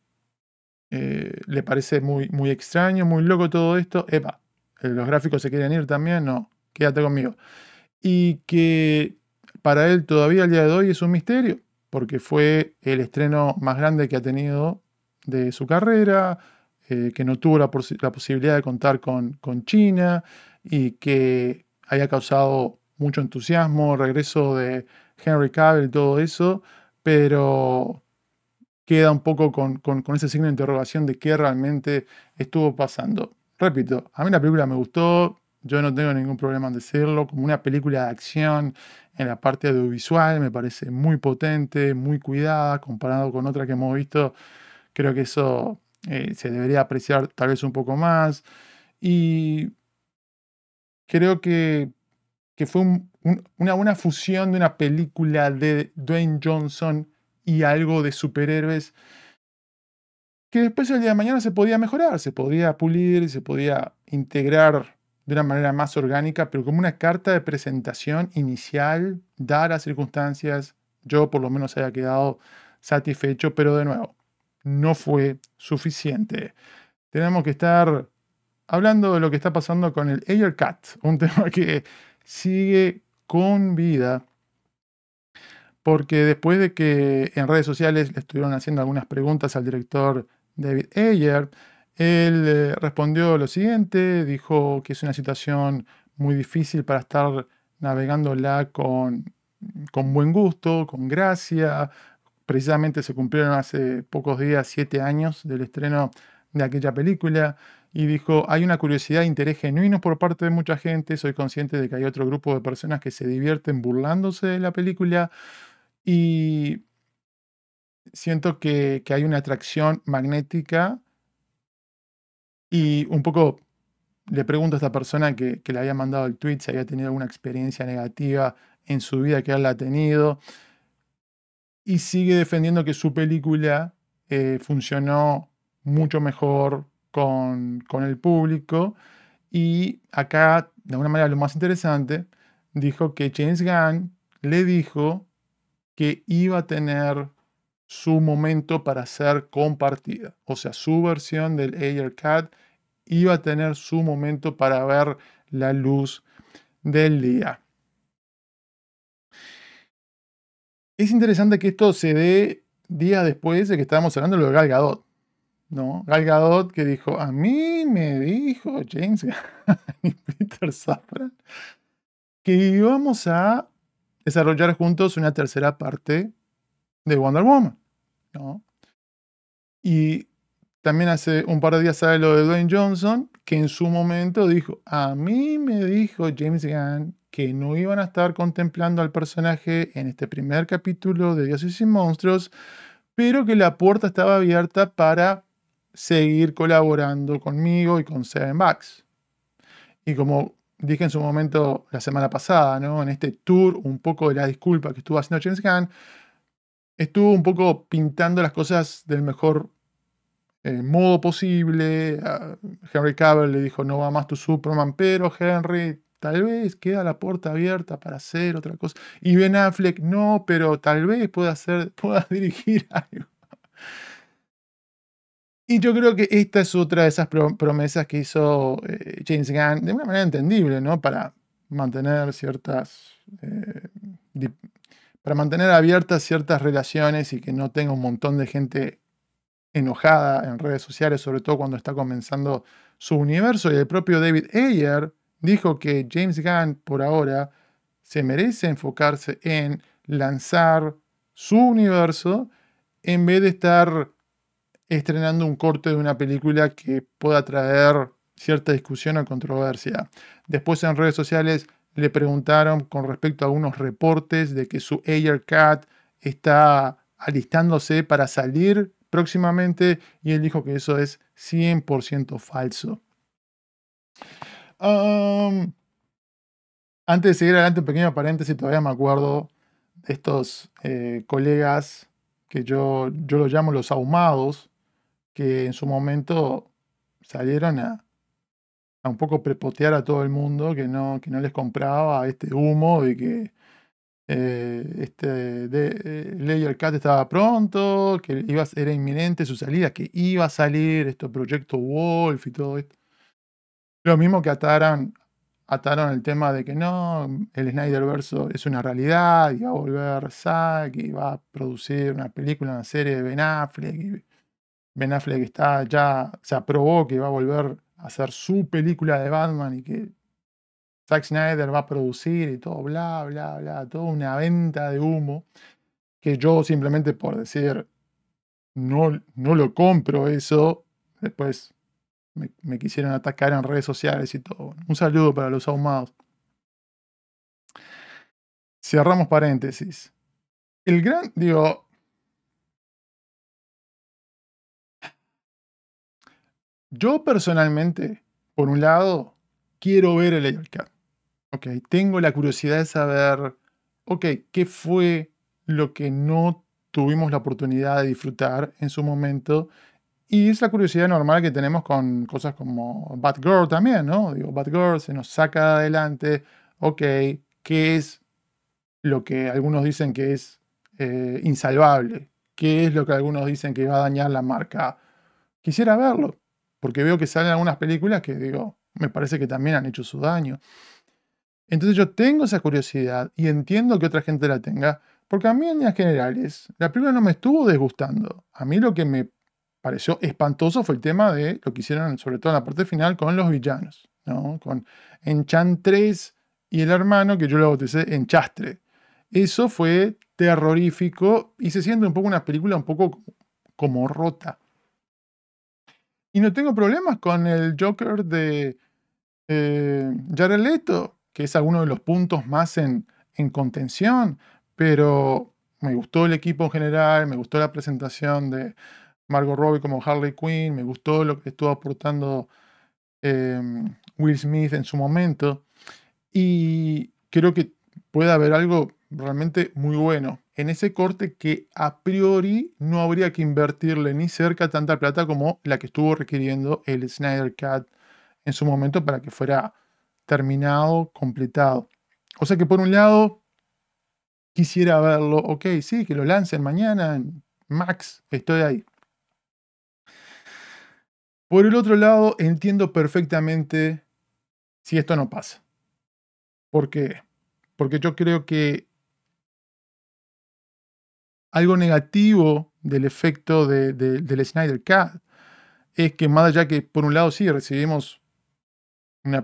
le parece muy, muy extraño, muy loco todo esto. Epa, los gráficos se quieren ir también, no, quédate conmigo. Y que para él todavía al día de hoy es un misterio, porque fue el estreno más grande que ha tenido de su carrera, que no tuvo la posibilidad de contar con China y que haya causado mucho entusiasmo, regreso de Henry Cavill y todo eso, pero queda un poco con ese signo de interrogación de qué realmente estuvo pasando. Repito, a mí la película me gustó, yo no tengo ningún problema en decirlo, como una película de acción en la parte audiovisual me parece muy potente, muy cuidada, comparado con otra que hemos visto, creo que eso se debería apreciar tal vez un poco más y creo que fue una buena fusión de una película de Dwayne Johnson y algo de superhéroes que después el día de mañana se podía mejorar, se podía pulir, se podía integrar de una manera más orgánica, pero como una carta de presentación inicial, dadas las circunstancias, yo por lo menos haya quedado satisfecho, pero de nuevo, no fue suficiente. Tenemos que estar hablando de lo que está pasando con el Ayer Cat, un tema que sigue con vida, porque después de que en redes sociales le estuvieron haciendo algunas preguntas al director David Ayer, él respondió lo siguiente, dijo que es una situación muy difícil para estar navegándola con buen gusto, con gracia. Precisamente se cumplieron hace pocos días 7 años del estreno de aquella película y dijo, hay una curiosidad e interés genuinos por parte de mucha gente, soy consciente de que hay otro grupo de personas que se divierten burlándose de la película y siento que hay una atracción magnética y un poco le pregunto a esta persona que le había mandado el tweet si había tenido alguna experiencia negativa en su vida que él la ha tenido y sigue defendiendo que su película funcionó mucho mejor con el público y acá, de alguna manera, lo más interesante, dijo que James Gunn le dijo que iba a tener su momento para ser compartida. O sea, su versión del Ayer Cat iba a tener su momento para ver la luz del día. Es interesante que esto se dé días después de que estábamos hablando de lo de Gal Gadot, ¿no? Gal Gadot que dijo, a mí me dijo James Gunn y Peter Safran que íbamos a desarrollar juntos una tercera parte de Wonder Woman, ¿no? Y también hace un par de días sale lo de Dwayne Johnson, que en su momento dijo, a mí me dijo James Gunn que no iban a estar contemplando al personaje en este primer capítulo de Dioses y Monstruos, pero que la puerta estaba abierta para seguir colaborando conmigo y con Seven Bucks. Y como dije en su momento la semana pasada, ¿no? En este tour, un poco de la disculpa que estuvo haciendo James Gunn, estuvo un poco pintando las cosas del mejor modo posible. Henry Cavill le dijo, no va más tu Superman, pero Henry, tal vez queda la puerta abierta para hacer otra cosa. Y Ben Affleck, no, pero tal vez pueda dirigir algo. Y yo creo que esta es otra de esas promesas que hizo James Gunn, de una manera entendible, ¿no? Para mantener para mantener abiertas ciertas relaciones y que no tenga un montón de gente enojada en redes sociales, sobre todo cuando está comenzando su universo. Y el propio David Ayer dijo que James Gunn, por ahora, se merece enfocarse en lanzar su universo en vez de estar estrenando un corte de una película que pueda traer cierta discusión o controversia. Después en redes sociales le preguntaron con respecto a algunos reportes de que su Ayer Cat está alistándose para salir próximamente y él dijo que eso es 100% falso. Antes de seguir adelante, un pequeño paréntesis, todavía me acuerdo de estos colegas que yo los llamo los ahumados, que en su momento salieron a un poco prepotear a todo el mundo que no les compraba este humo y que Layer Cat estaba pronto, que era inminente su salida, que iba a salir esto Proyecto Wolf y todo esto. Lo mismo que ataron el tema de que no, el Snyderverse es una realidad y va a volver Zack y va a producir una película, una serie de Ben Affleck. Y Ben Affleck ya se aprobó que va a volver a hacer su película de Batman y que Zack Snyder va a producir y todo, bla, bla, bla, toda una venta de humo que yo simplemente por decir no lo compro eso, después me quisieron atacar en redes sociales y todo. Un saludo para los ahumados. Cerramos paréntesis. Yo personalmente, por un lado, quiero ver el Ayer Cat. Ok, tengo la curiosidad de saber, ok, qué fue lo que no tuvimos la oportunidad de disfrutar en su momento. Y es la curiosidad normal que tenemos con cosas como Batgirl también, ¿no? Batgirl se nos saca adelante, ok, ¿qué es lo que algunos dicen que es insalvable? ¿Qué es lo que algunos dicen que va a dañar la marca? Quisiera verlo, porque veo que salen algunas películas que me parece que también han hecho su daño. Entonces yo tengo esa curiosidad y entiendo que otra gente la tenga, porque a mí en líneas generales la película no me estuvo disgustando. A mí lo que me pareció espantoso fue el tema de lo que hicieron, sobre todo en la parte final, con los villanos, ¿no? Con Enchantress y el hermano, que yo lo bauticé Enchastre. Eso fue terrorífico y se siente un poco una película un poco como rota. Y no tengo problemas con el Joker de Jared Leto, que es alguno de los puntos más en contención, pero me gustó el equipo en general, me gustó la presentación de Margot Robbie como Harley Quinn, me gustó lo que estuvo aportando Will Smith en su momento, y creo que puede haber algo realmente muy bueno en ese corte que a priori no habría que invertirle ni cerca tanta plata como la que estuvo requiriendo el Snyder Cut en su momento para que fuera terminado, completado. O sea que por un lado quisiera verlo, ok, sí, que lo lancen mañana en Max, estoy ahí. Por el otro lado, entiendo perfectamente si esto no pasa. ¿Por qué? Porque yo creo que algo negativo del efecto del Snyder Cut es que más allá que por un lado sí recibimos una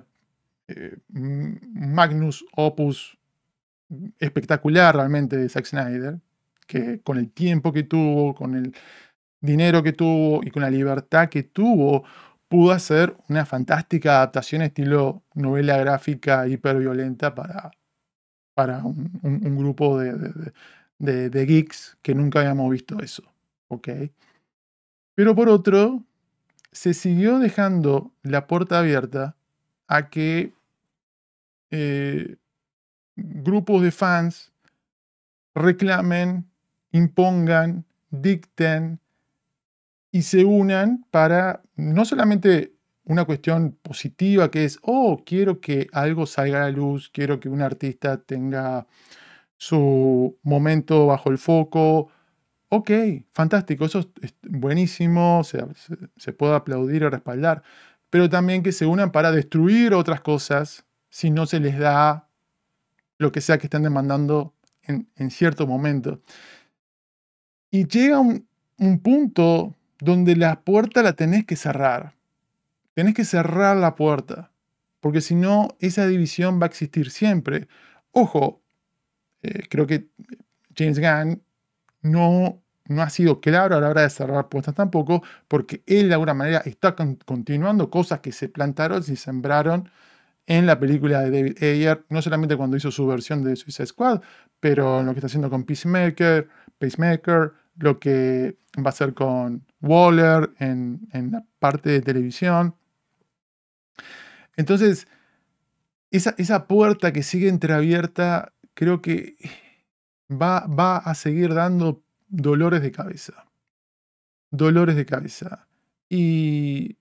Magnus Opus espectacular realmente de Zack Snyder, que con el tiempo que tuvo, con el dinero que tuvo y con la libertad que tuvo, pudo hacer una fantástica adaptación estilo novela gráfica hiperviolenta para un grupo de geeks que nunca habíamos visto eso. ¿Ok? Pero por otro, se siguió dejando la puerta abierta a que grupos de fans reclamen, impongan, dicten y se unan para no solamente una cuestión positiva que es, oh, quiero que algo salga a la luz, quiero que un artista tenga su momento bajo el foco. Ok, fantástico, eso es buenísimo, se puede aplaudir y respaldar, pero también que se unan para destruir otras cosas si no se les da lo que sea que estén demandando en cierto momento. Y llega un punto donde la puerta la tenés que cerrar. Tenés que cerrar la puerta, porque si no, esa división va a existir siempre. Ojo, creo que James Gunn no no ha sido claro a la hora de cerrar puestas tampoco, porque él de alguna manera está continuando cosas que se plantaron y sembraron en la película de David Ayer, no solamente cuando hizo su versión de Suicide Squad, pero lo que está haciendo con Pacemaker, lo que va a hacer con Waller en la parte de televisión. Entonces, esa puerta que sigue entreabierta, creo que va a seguir dando dolores de cabeza. Dolores de cabeza. Y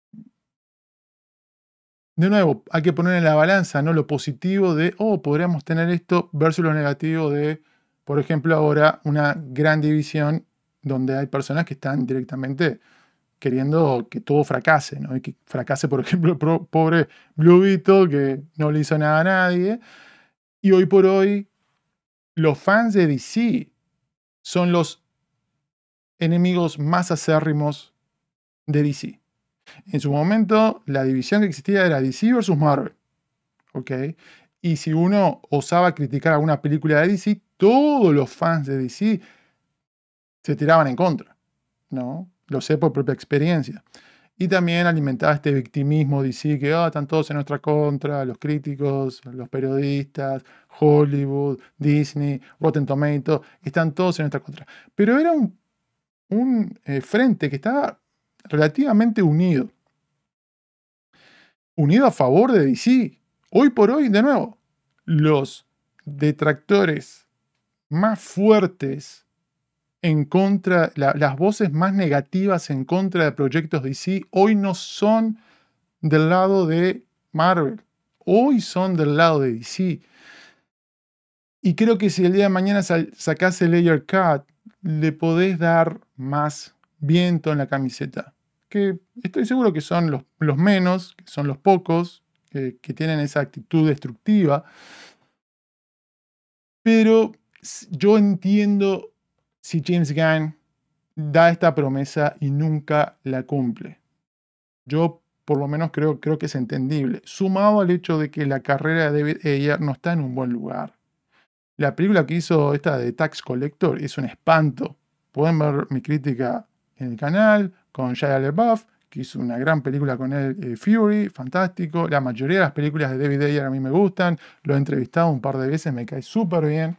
de nuevo, hay que poner en la balanza, ¿no? Lo positivo de, podríamos tener esto, versus lo negativo de, por ejemplo, ahora una gran división donde hay personas que están directamente queriendo que todo fracase, ¿no? Y que fracase, por ejemplo, el pobre Blue Beetle, que no le hizo nada a nadie. Y hoy por hoy, los fans de DC son los enemigos más acérrimos de DC. En su momento, la división que existía era DC versus Marvel. ¿Ok? Y si uno osaba criticar alguna película de DC, todos los fans de DC se tiraban en contra, ¿no? Lo sé por propia experiencia. Y también alimentaba este victimismo DC, que están todos en nuestra contra, los críticos, los periodistas, Hollywood, Disney, Rotten Tomatoes, están todos en nuestra contra. Pero era un frente que estaba relativamente unido. Unido a favor de DC. Hoy por hoy, de nuevo, los detractores más fuertes en contra, las voces más negativas en contra de proyectos DC, hoy no son del lado de Marvel. Hoy son del lado de DC. Y creo que si el día de mañana sacás el Ayer Cut, le podés dar más viento en la camiseta. Que estoy seguro que son los menos, que son los pocos, que tienen esa actitud destructiva. Pero yo entiendo si James Gunn da esta promesa y nunca la cumple. Yo por lo menos creo que es entendible. Sumado al hecho de que la carrera de David Ayer no está en un buen lugar. La película que hizo esta de Tax Collector es un espanto. Pueden ver mi crítica en el canal con Shia LaBeouf, que hizo una gran película con él, Fury, fantástico. La mayoría de las películas de David Ayer a mí me gustan. Lo he entrevistado un par de veces, me cae súper bien.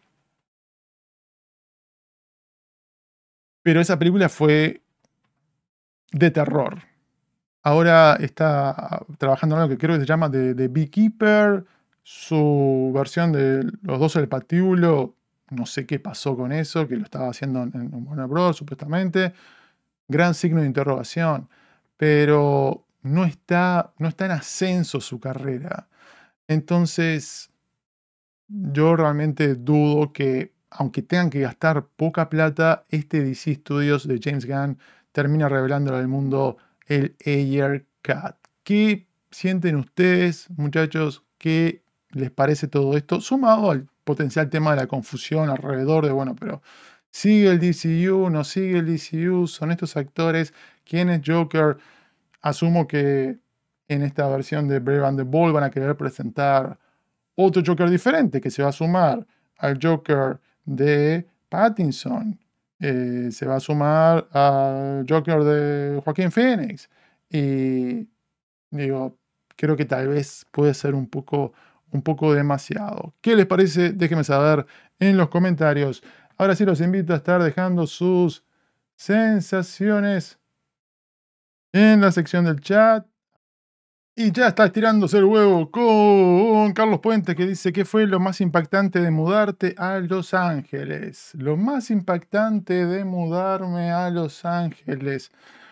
Pero esa película fue de terror. Ahora está trabajando en algo que creo que se llama The Beekeeper. Su versión de Los Dos del Patíbulo, no sé qué pasó con eso, que lo estaba haciendo en Warner Bros. Supuestamente. Gran signo de interrogación. Pero no está en ascenso su carrera. Entonces, yo realmente dudo que, aunque tengan que gastar poca plata, este DC Studios de James Gunn termina revelándole al mundo el Ayer Cut. ¿Qué sienten ustedes, muchachos? ¿Qué les parece todo esto? Sumado al potencial tema de la confusión alrededor de, bueno, pero ¿sigue el DCU? ¿No sigue el DCU? ¿Son estos actores? ¿Quién es Joker? Asumo que en esta versión de Brave and the Bold van a querer presentar otro Joker diferente que se va a sumar al Joker de Pattinson. Se va a sumar al Joker de Joaquín Phoenix. Y digo, creo que tal vez puede ser un poco demasiado. ¿Qué les parece? Déjenme saber en los comentarios. Ahora sí los invito a estar dejando sus sensaciones en la sección del chat. Y ya está estirándose el huevo con Carlos Puente, que dice: ¿qué fue lo más impactante de mudarte a Los Ángeles? Lo más impactante de mudarme a Los Ángeles.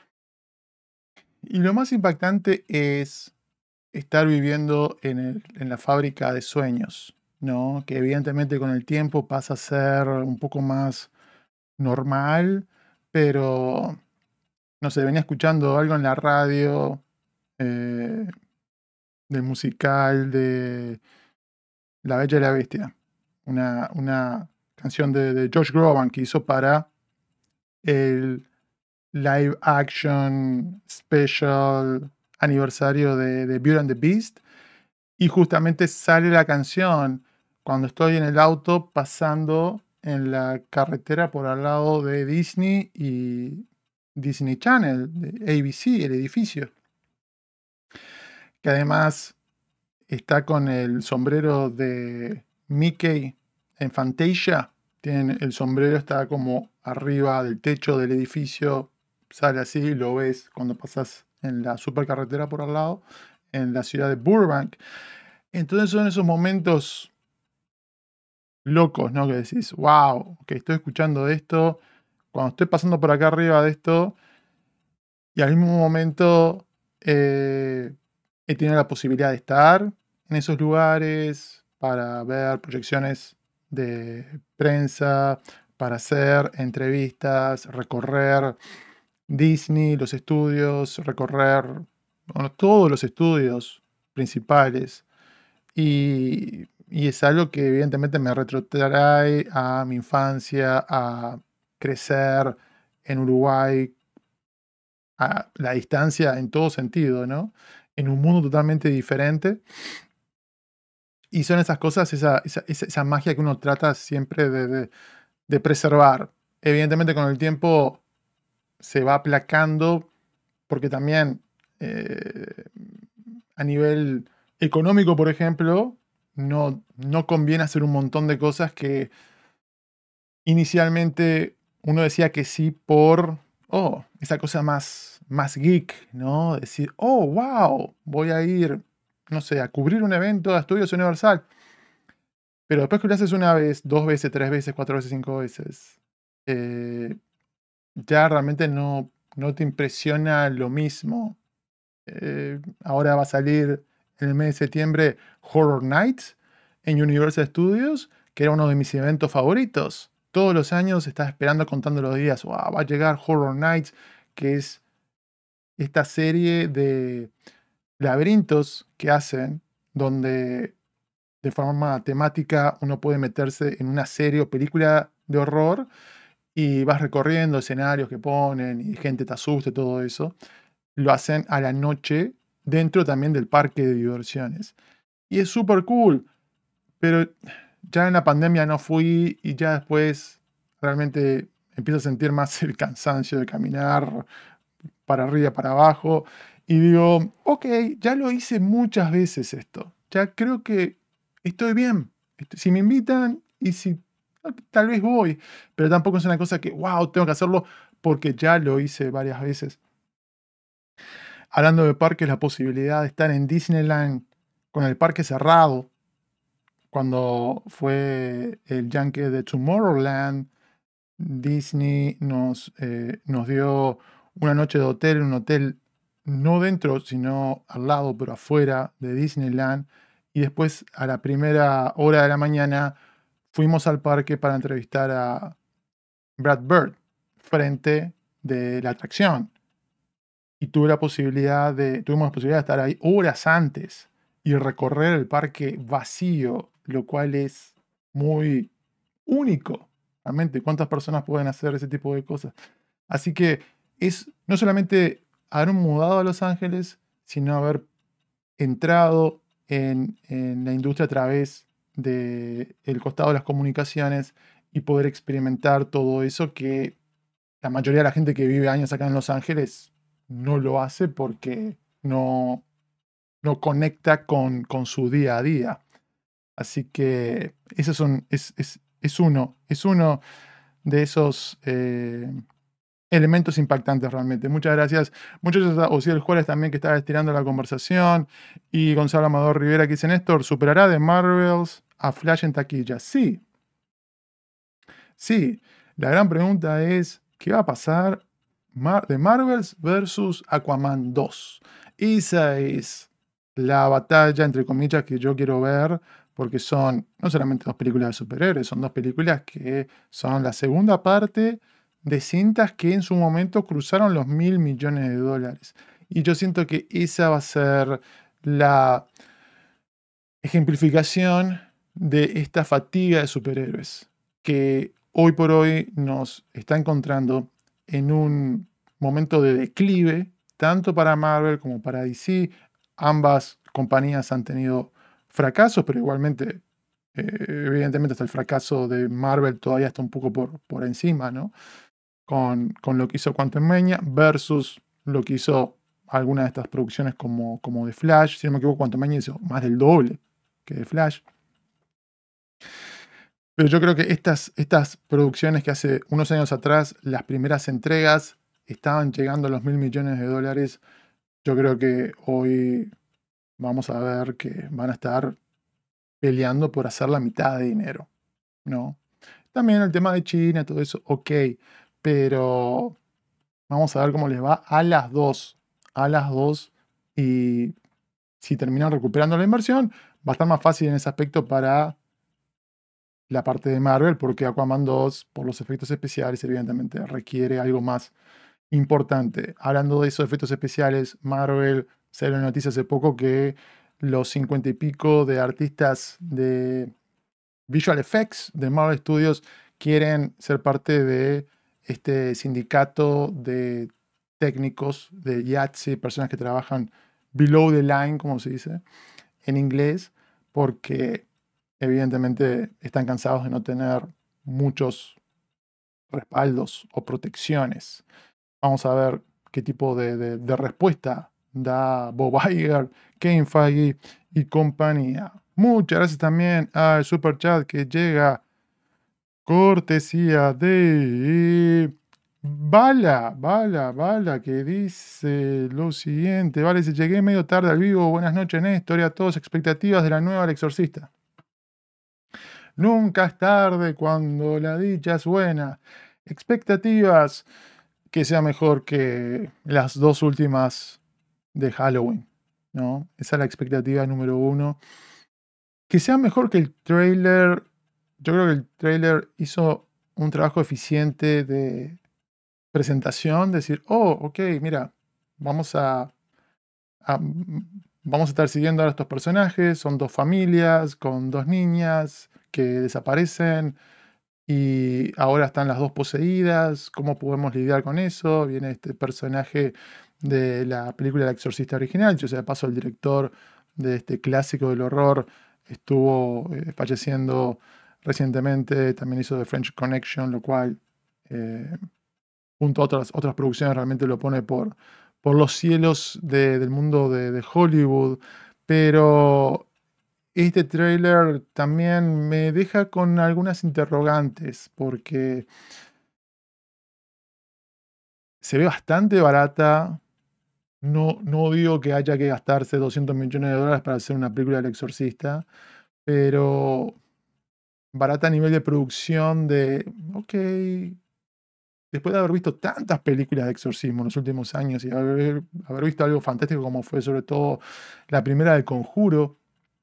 Y lo más impactante es estar viviendo en la fábrica de sueños, ¿no? Que evidentemente con el tiempo pasa a ser un poco más normal, pero no sé, venía escuchando algo en la radio. Del musical de La Bella y la Bestia. Una canción de Josh Groban que hizo para el live action special aniversario de Beauty and the Beast. Y justamente sale la canción cuando estoy en el auto pasando en la carretera por al lado de Disney y Disney Channel, de ABC, el edificio, que además está con el sombrero de Mickey en Fantasia. El sombrero está como arriba del techo del edificio, sale así, lo ves cuando pasas en la supercarretera por al lado, en la ciudad de Burbank. Entonces son esos momentos locos, ¿no? Que decís, wow, que estoy escuchando esto, cuando estoy pasando por acá arriba de esto, y al mismo momento he tenido la posibilidad de estar en esos lugares para ver proyecciones de prensa, para hacer entrevistas, recorrer Disney, los estudios, recorrer todos los estudios principales. Y es algo que evidentemente me retrotrae a mi infancia, a crecer en Uruguay, a la distancia en todo sentido, ¿no? En un mundo totalmente diferente. Y son esas cosas, esa magia que uno trata siempre de preservar. Evidentemente con el tiempo se va aplacando porque también a nivel económico, por ejemplo, no conviene hacer un montón de cosas que inicialmente uno decía que sí por, esa cosa más geek, ¿no? Decir, wow, voy a ir, no sé, a cubrir un evento de Estudios Universal. Pero después que lo haces una vez, dos veces, tres veces, cuatro veces, cinco veces, ya realmente no te impresiona lo mismo. Ahora va a salir en el mes de septiembre Horror Nights en Universal Studios, que era uno de mis eventos favoritos. Todos los años estaba esperando contando los días, wow, va a llegar Horror Nights, que es esta serie de laberintos que hacen, donde de forma temática uno puede meterse en una serie o película de horror y vas recorriendo escenarios que ponen y gente te asusta y todo eso. Lo hacen a la noche dentro también del parque de diversiones. Y es súper cool, pero ya en la pandemia no fui y ya después realmente empiezo a sentir más el cansancio de caminar para arriba, para abajo. Y digo, ok, ya lo hice muchas veces esto. Ya creo que estoy bien. Si me invitan y si tal vez voy, pero tampoco es una cosa que, wow, tengo que hacerlo porque ya lo hice varias veces. Hablando de parques, la posibilidad de estar en Disneyland con el parque cerrado, cuando fue el Yankee de Tomorrowland, Disney nos dio una noche de hotel, un hotel no dentro, sino al lado, pero afuera de Disneyland. Y después, a la primera hora de la mañana, fuimos al parque para entrevistar a Brad Bird frente de la atracción. Y tuvimos la posibilidad de estar ahí horas antes y recorrer el parque vacío, lo cual es muy único. Realmente, ¿cuántas personas pueden hacer ese tipo de cosas? Así que es no solamente haber mudado a Los Ángeles, sino haber entrado en la industria a través del costado de las comunicaciones y poder experimentar todo eso que la mayoría de la gente que vive años acá en Los Ángeles no lo hace porque no conecta con su día a día. Así que ese es uno de esos elementos impactantes realmente. Muchas gracias. Muchas gracias a Osiel Juárez también que estaba estirando la conversación. Y Gonzalo Amador Rivera que dice, Néstor, ¿superará de Marvels a Flash en taquilla? Sí. Sí. La gran pregunta es, ¿qué va a pasar de Marvels versus Aquaman 2? Esa es la batalla, entre comillas, que yo quiero ver, porque son no solamente dos películas de superhéroes, son dos películas que son la segunda parte de cintas que en su momento cruzaron los $1.000 millones. Y yo siento que esa va a ser la ejemplificación de esta fatiga de superhéroes que hoy por hoy nos está encontrando en un momento de declive, tanto para Marvel como para DC. Ambas compañías han tenido fracasos, pero igualmente Evidentemente hasta el fracaso de Marvel todavía está un poco por encima, ¿no? Con lo que hizo Quantum Mania versus lo que hizo alguna de estas producciones como The Flash. Si no me equivoco, Quantum Mania hizo más del doble que The Flash. Pero yo creo que estas producciones que hace unos años atrás, las primeras entregas, estaban llegando a los $1.000 millones. Yo creo que hoy vamos a ver que van a estar peleando por hacer la mitad de dinero, ¿no? También el tema de China, todo eso, ok, pero vamos a ver cómo les va a las dos, y si terminan recuperando la inversión, va a estar más fácil en ese aspecto para la parte de Marvel, porque Aquaman 2, por los efectos especiales, evidentemente requiere algo más importante. Hablando de esos efectos especiales, Marvel salió una noticia hace poco que los 50 y pico de artistas de Visual Effects de Marvel Studios quieren ser parte de este sindicato de técnicos de IATSE, personas que trabajan below the line, como se dice en inglés, porque evidentemente están cansados de no tener muchos respaldos o protecciones. Vamos a ver qué tipo de respuesta da Bob Iger, Kevin Feige y compañía. Muchas gracias también al super chat que llega cortesía de Bala, que dice lo siguiente. Vale, si llegué medio tarde al vivo, buenas noches Néstor y a todos, expectativas de la nueva El Exorcista. Nunca es tarde cuando la dicha es buena. Expectativas que sea mejor que las dos últimas de Halloween, ¿no? Esa es la expectativa número uno. Que sea mejor que el trailer. Yo creo que el trailer hizo un trabajo eficiente de presentación, decir, oh, ok, mira, vamos a- vamos a estar siguiendo a estos personajes, son dos familias con dos niñas que desaparecen y ahora están las dos poseídas, ¿cómo podemos lidiar con eso? Viene este personaje de la película El Exorcista original, yo sé, de paso el director de este clásico del horror estuvo falleciendo recientemente, también hizo The French Connection, lo cual eh, junto a otras producciones realmente lo pone por los cielos del mundo de Hollywood, pero este tráiler también me deja con algunas interrogantes porque se ve bastante barata. No digo que haya que gastarse $200 millones para hacer una película del Exorcista, pero barata a nivel de producción de, ok, después de haber visto tantas películas de exorcismo en los últimos años y haber visto algo fantástico como fue sobre todo la primera del Conjuro,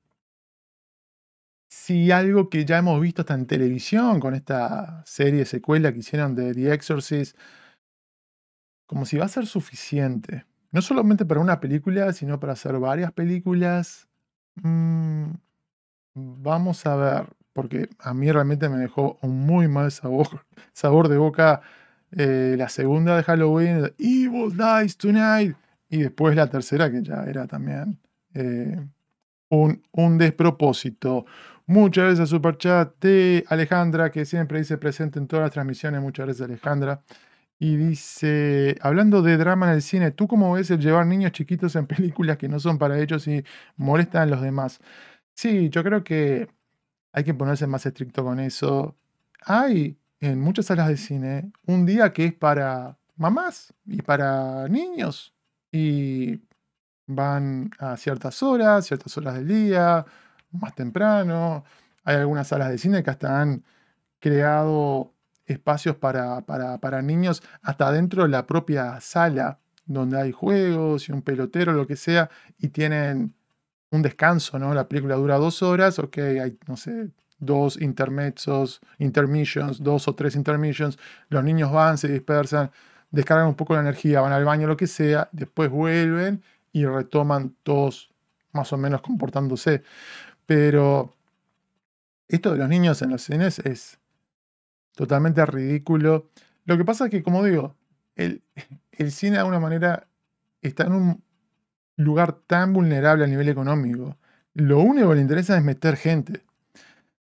si algo que ya hemos visto hasta en televisión con esta serie secuela que hicieron de The Exorcist, como si va a ser suficiente, no solamente para una película, sino para hacer varias películas. mm, Vamos a ver, porque a mí realmente me dejó un muy mal sabor de boca la segunda de Halloween, Evil Dies Tonight, y después la tercera, que ya era también eh, un despropósito. Muchas gracias, super chat de Alejandra, que siempre dice presente en todas las transmisiones. Muchas gracias, Alejandra. Y dice, hablando de drama en el cine, ¿tú cómo ves el llevar niños chiquitos en películas que no son para ellos y molestan a los demás? Sí, yo creo que hay que ponerse más estricto con eso. Hay en muchas salas de cine un día que es para mamás y para niños. Y van a ciertas horas del día, más temprano. Hay algunas salas de cine que hasta han creado espacios para niños, hasta dentro de la propia sala, donde hay juegos y un pelotero, lo que sea, y tienen un descanso, ¿no? La película dura 2 horas, ok, hay, no sé, dos intermissions, dos o tres intermissions, los niños van, se dispersan, descargan un poco la energía, van al baño, lo que sea, después vuelven y retoman todos más o menos comportándose. Pero esto de los niños en los cines es totalmente ridículo. Lo que pasa es que, como digo, el, el cine de alguna manera está en un lugar tan vulnerable a nivel económico. Lo único que le interesa es meter gente.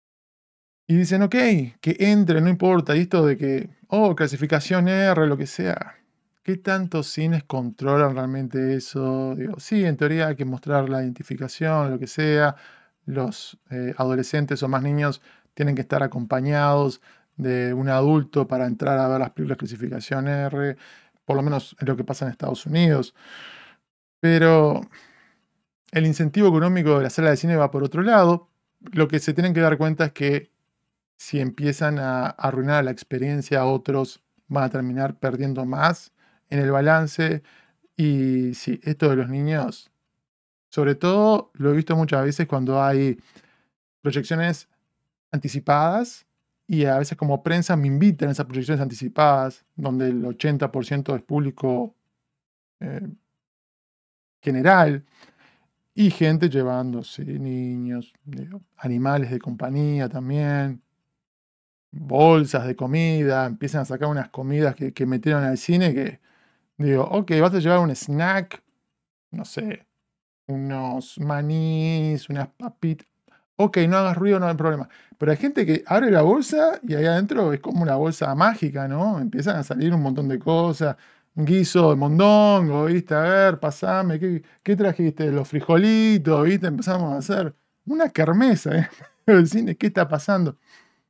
Y dicen, ok, que entre, no importa. Y esto de que, clasificación R, lo que sea. ¿Qué tantos cines controlan realmente eso? Digo, sí, en teoría hay que mostrar la identificación, lo que sea. Los adolescentes o más niños tienen que estar acompañados de un adulto para entrar a ver las películas clasificación R, por lo menos es lo que pasa en Estados Unidos. Pero el incentivo económico de la sala de cine va por otro lado. Lo que se tienen que dar cuenta es que si empiezan a arruinar la experiencia a otros, van a terminar perdiendo más en el balance. Y sí, esto de los niños, sobre todo lo he visto muchas veces cuando hay proyecciones anticipadas y a veces como prensa me invitan a esas proyecciones anticipadas, donde el 80% es público eh, general y gente llevándose niños, digo, animales de compañía también, bolsas de comida, empiezan a sacar unas comidas que metieron al cine que digo, ok, vas a llevar un snack, no sé, unos manís, unas papitas. Ok, no hagas ruido, no hay problema. Pero hay gente que abre la bolsa y ahí adentro es como una bolsa mágica, ¿no? Empiezan a salir un montón de cosas. Un guiso de mondongo, ¿viste? A ver, pasame, ¿qué trajiste? Los frijolitos, ¿viste? Empezamos a hacer una kermesa, ¿eh? El cine, ¿qué está pasando?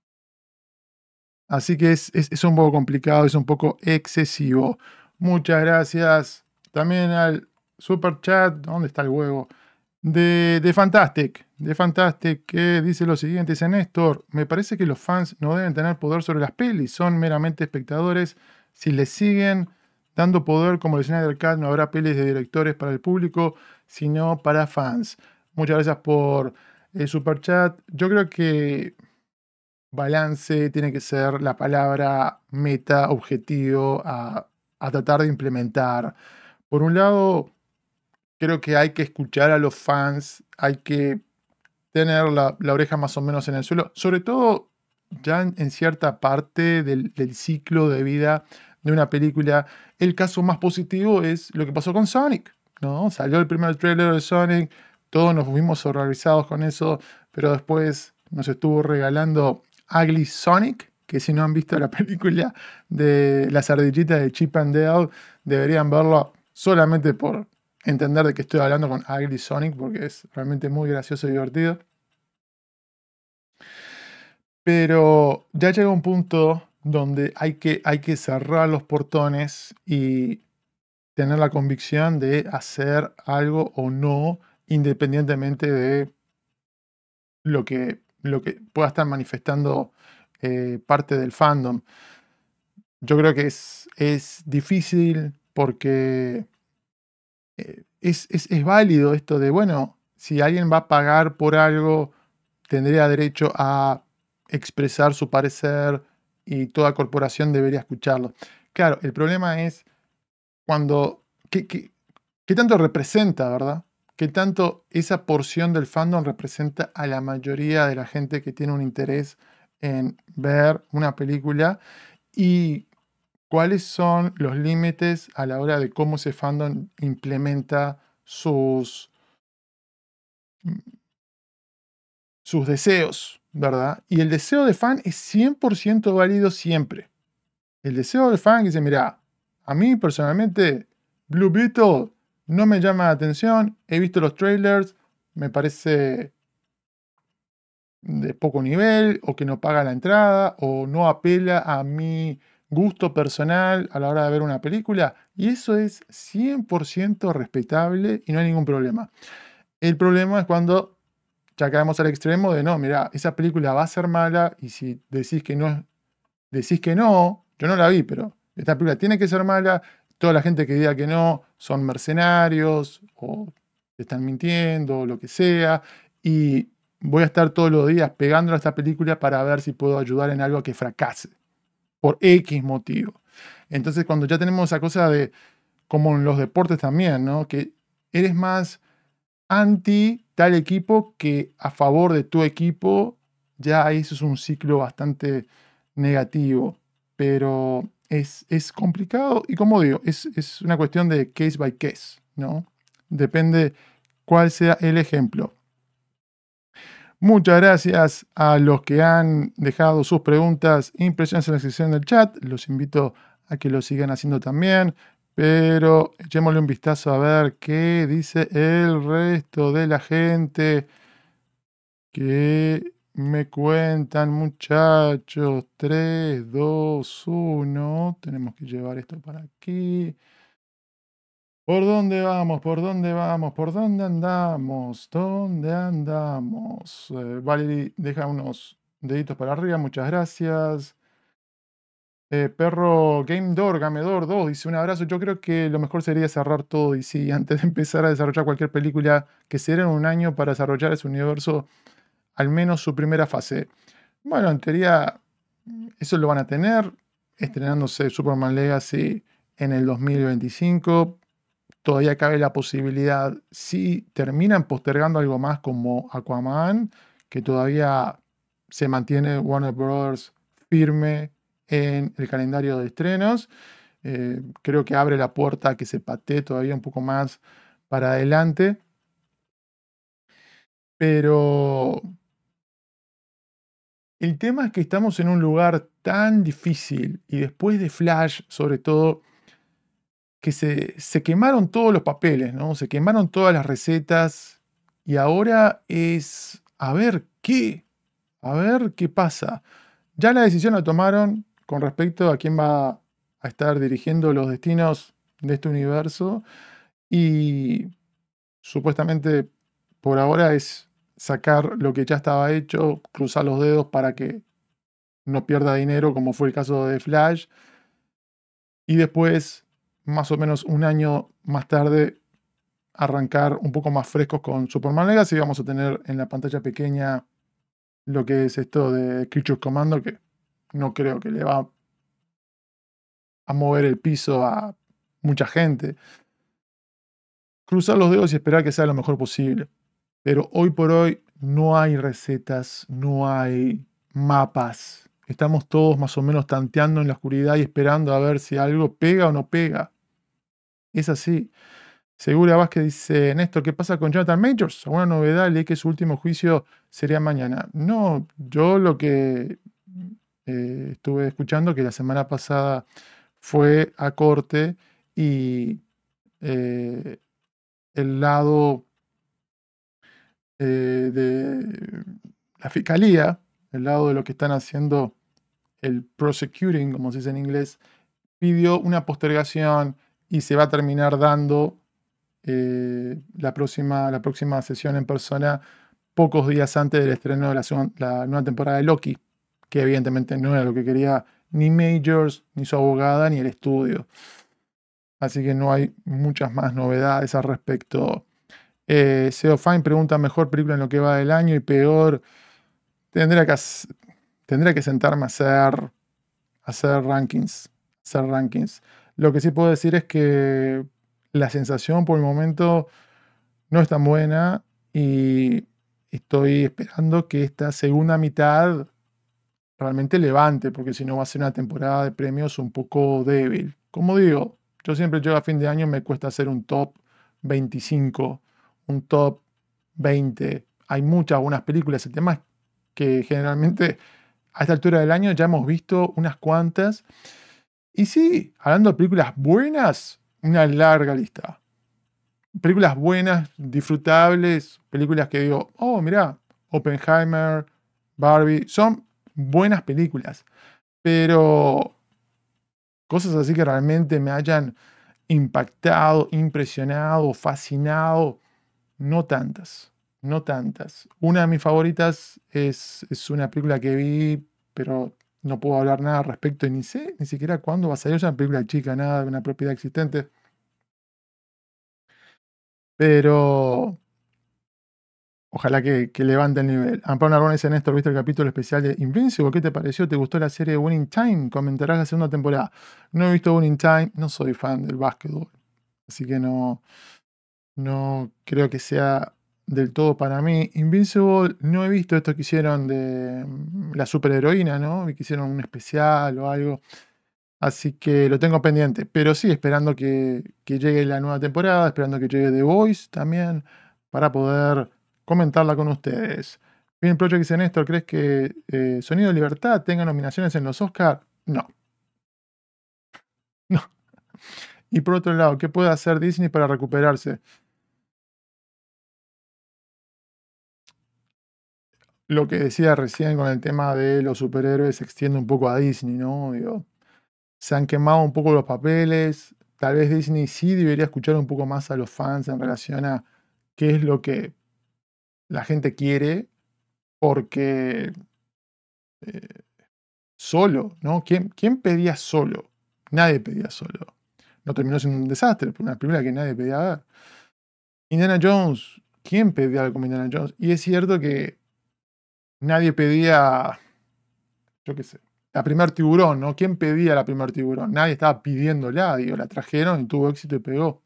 Así que es un poco complicado, es un poco excesivo. Muchas gracias también al super chat. ¿Dónde está el huevo? De Fantastic. De Fantastic, que dice lo siguiente: dice Néstor, me parece que los fans no deben tener poder sobre las pelis, son meramente espectadores. Si les siguen dando poder como el Snyder Cut, no habrá pelis de directores para el público, sino para fans. Muchas gracias por el super chat. Yo creo que balance tiene que ser la palabra meta, objetivo a tratar de implementar. Por un lado, creo que hay que escuchar a los fans, hay que tener la oreja más o menos en el suelo, sobre todo ya en cierta parte del ciclo de vida de una película. El caso más positivo es lo que pasó con Sonic, ¿no? Salió el primer tráiler de Sonic, todos nos fuimos horrorizados con eso, pero después nos estuvo regalando Ugly Sonic, que si no han visto la película de las ardillitas de Chip and Dale, deberían verlo solamente por entender de qué estoy hablando con Ugly Sonic, porque es realmente muy gracioso y divertido. Pero ya llega un punto donde hay que cerrar los portones y tener la convicción de hacer algo o no, independientemente de lo que pueda estar manifestando parte del fandom. Yo creo que es difícil porque es válido esto de, bueno, si alguien va a pagar por algo, tendría derecho a expresar su parecer y toda corporación debería escucharlo. Claro, el problema es cuando, ¿qué tanto representa, verdad? ¿Qué tanto esa porción del fandom representa a la mayoría de la gente que tiene un interés en ver una película? Y ¿cuáles son los límites a la hora de cómo ese fandom implementa sus deseos, ¿verdad? Y el deseo de fan es 100% válido siempre. El deseo del fan que dice, mira, a mí personalmente Blue Beetle no me llama la atención, he visto los trailers, me parece de poco nivel, o que no paga la entrada, o no apela a mi gusto personal a la hora de ver una película, y eso es 100% respetable y no hay ningún problema. El problema es cuando ya caemos al extremo de no, mira, esa película va a ser mala, y si decís que no, yo no la vi, pero esta película tiene que ser mala, toda la gente que diga que no son mercenarios, o te están mintiendo, o lo que sea, y voy a estar todos los días pegándole a esta película para ver si puedo ayudar en algo que fracase, por X motivo. Entonces, cuando ya tenemos esa cosa de, como en los deportes también, ¿no? Que eres más anti tal equipo que a favor de tu equipo, ya eso es un ciclo bastante negativo. Pero es complicado y como digo, es una cuestión de case by case, ¿no? Depende cuál sea el ejemplo. Muchas gracias a los que han dejado sus preguntas e impresiones en la sección del chat. Los invito a que lo sigan haciendo también. Pero echémosle un vistazo a ver qué dice el resto de la gente. ¿Qué me cuentan, muchachos? 3, 2, 1. Tenemos que llevar esto para aquí. ¿Por dónde vamos? ¿Por dónde vamos? ¿Por dónde andamos? ¿Dónde andamos? Valerie deja unos deditos para arriba, muchas gracias. Perro Gamedor 2 dice un abrazo. Yo creo que lo mejor sería cerrar todo DC antes de empezar a desarrollar cualquier película que se den un año para desarrollar ese universo, al menos su primera fase. Bueno, en teoría eso lo van a tener, estrenándose Superman Legacy en el 2025. Todavía cabe la posibilidad, si terminan postergando algo más como Aquaman, que todavía se mantiene Warner Bros. Firme en el calendario de estrenos. Creo que abre la puerta a que se patee todavía un poco más para adelante. Pero el tema es que estamos en un lugar tan difícil y después de Flash, sobre todo, que se quemaron todos los papeles, ¿no? Se quemaron todas las recetas y ahora es a ver qué pasa. Ya la decisión la tomaron con respecto a quién va a estar dirigiendo los destinos de este universo y supuestamente por ahora es sacar lo que ya estaba hecho, cruzar los dedos para que no pierda dinero como fue el caso de Flash y después, más o menos un año más tarde, arrancar un poco más frescos con Superman Legacy y vamos a tener en la pantalla pequeña lo que es esto de Creatures Commando, que no creo que le va a mover el piso a mucha gente. Cruzar los dedos y esperar que sea lo mejor posible. Pero hoy por hoy no hay recetas, no hay mapas. Estamos todos más o menos tanteando en la oscuridad y esperando a ver si algo pega o no pega. Es así. Segura Vázquez dice, Néstor, ¿qué pasa con Jonathan Majors? ¿Alguna novedad? Leí que su último juicio sería mañana. No, yo lo que estuve escuchando que la semana pasada fue a corte y eh, el lado de la fiscalía, el lado de lo que están haciendo el prosecuting, como se dice en inglés, pidió una postergación y se va a terminar dando la próxima sesión en persona pocos días antes del estreno de la nueva temporada de Loki, que evidentemente no era lo que quería ni Majors, ni su abogada, ni el estudio. Así que no hay muchas más novedades al respecto. Seo Fine pregunta, mejor película en lo que va del año y peor. Tendría que sentarme a hacer rankings. Lo que sí puedo decir es que la sensación por el momento no es tan buena y estoy esperando que esta segunda mitad realmente levante, porque si no va a ser una temporada de premios un poco débil. Como digo, yo siempre llego a fin de año, me cuesta hacer un top 25, un top 20. Hay muchas buenas películas. El tema es que generalmente a esta altura del año ya hemos visto unas cuantas. Y sí, hablando de películas buenas, una larga lista. Películas buenas, disfrutables, películas que digo, oh, mirá, Oppenheimer, Barbie, son buenas películas. Pero cosas así que realmente me hayan impactado, impresionado, fascinado, no tantas, no tantas. Una de mis favoritas es una película que vi, pero no puedo hablar nada al respecto y ni sé ni siquiera cuándo va a salir. Es una película chica, nada de una propiedad existente. Pero ojalá que levante el nivel. Amparo Narbona dice, Néstor, ¿viste el capítulo especial de Invincible? ¿Qué te pareció? ¿Te gustó la serie Winning Time? Comentarás la segunda temporada. No he visto Winning Time, no soy fan del básquetbol. Así que no creo que sea del todo para mí. Invincible, no he visto esto que hicieron de la superheroína, ¿no? Que hicieron un especial o algo. Así que lo tengo pendiente. Pero sí, esperando que llegue la nueva temporada, esperando que llegue The Voice también, para poder comentarla con ustedes. Film Project dice Néstor, ¿crees que Sonido de Libertad tenga nominaciones en los Oscars? No, no. Y por otro lado, ¿qué puede hacer Disney para recuperarse? Lo que decía recién con el tema de los superhéroes se extiende un poco a Disney, ¿no? Digo, se han quemado un poco los papeles. Tal vez Disney sí debería escuchar un poco más a los fans en relación a qué es lo que la gente quiere, porque eh, solo, ¿no? ¿Quién pedía solo? Nadie pedía solo. No terminó siendo un desastre, pero una película que nadie pedía ver. Indiana Jones, ¿quién pedía algo como Indiana Jones? Y es cierto que nadie pedía, yo qué sé, la primer tiburón, ¿no? ¿Quién pedía la primer tiburón? Nadie estaba pidiéndola, digo, la trajeron y tuvo éxito y pegó.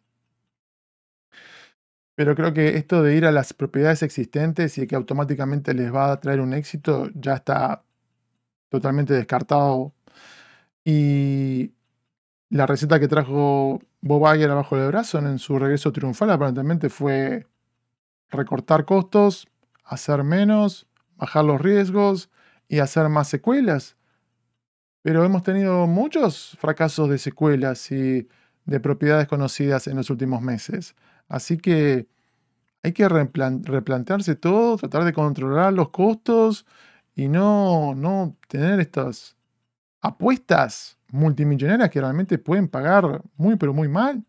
Pero creo que esto de ir a las propiedades existentes y que automáticamente les va a traer un éxito ya está totalmente descartado. Y la receta que trajo Bob Iger abajo del brazo en su regreso triunfal aparentemente fue recortar costos, hacer menos, bajar los riesgos y hacer más secuelas. Pero hemos tenido muchos fracasos de secuelas y de propiedades conocidas en los últimos meses. Así que hay que replantearse todo, tratar de controlar los costos y no tener estas apuestas multimillonarias que realmente pueden pagar muy, pero muy mal.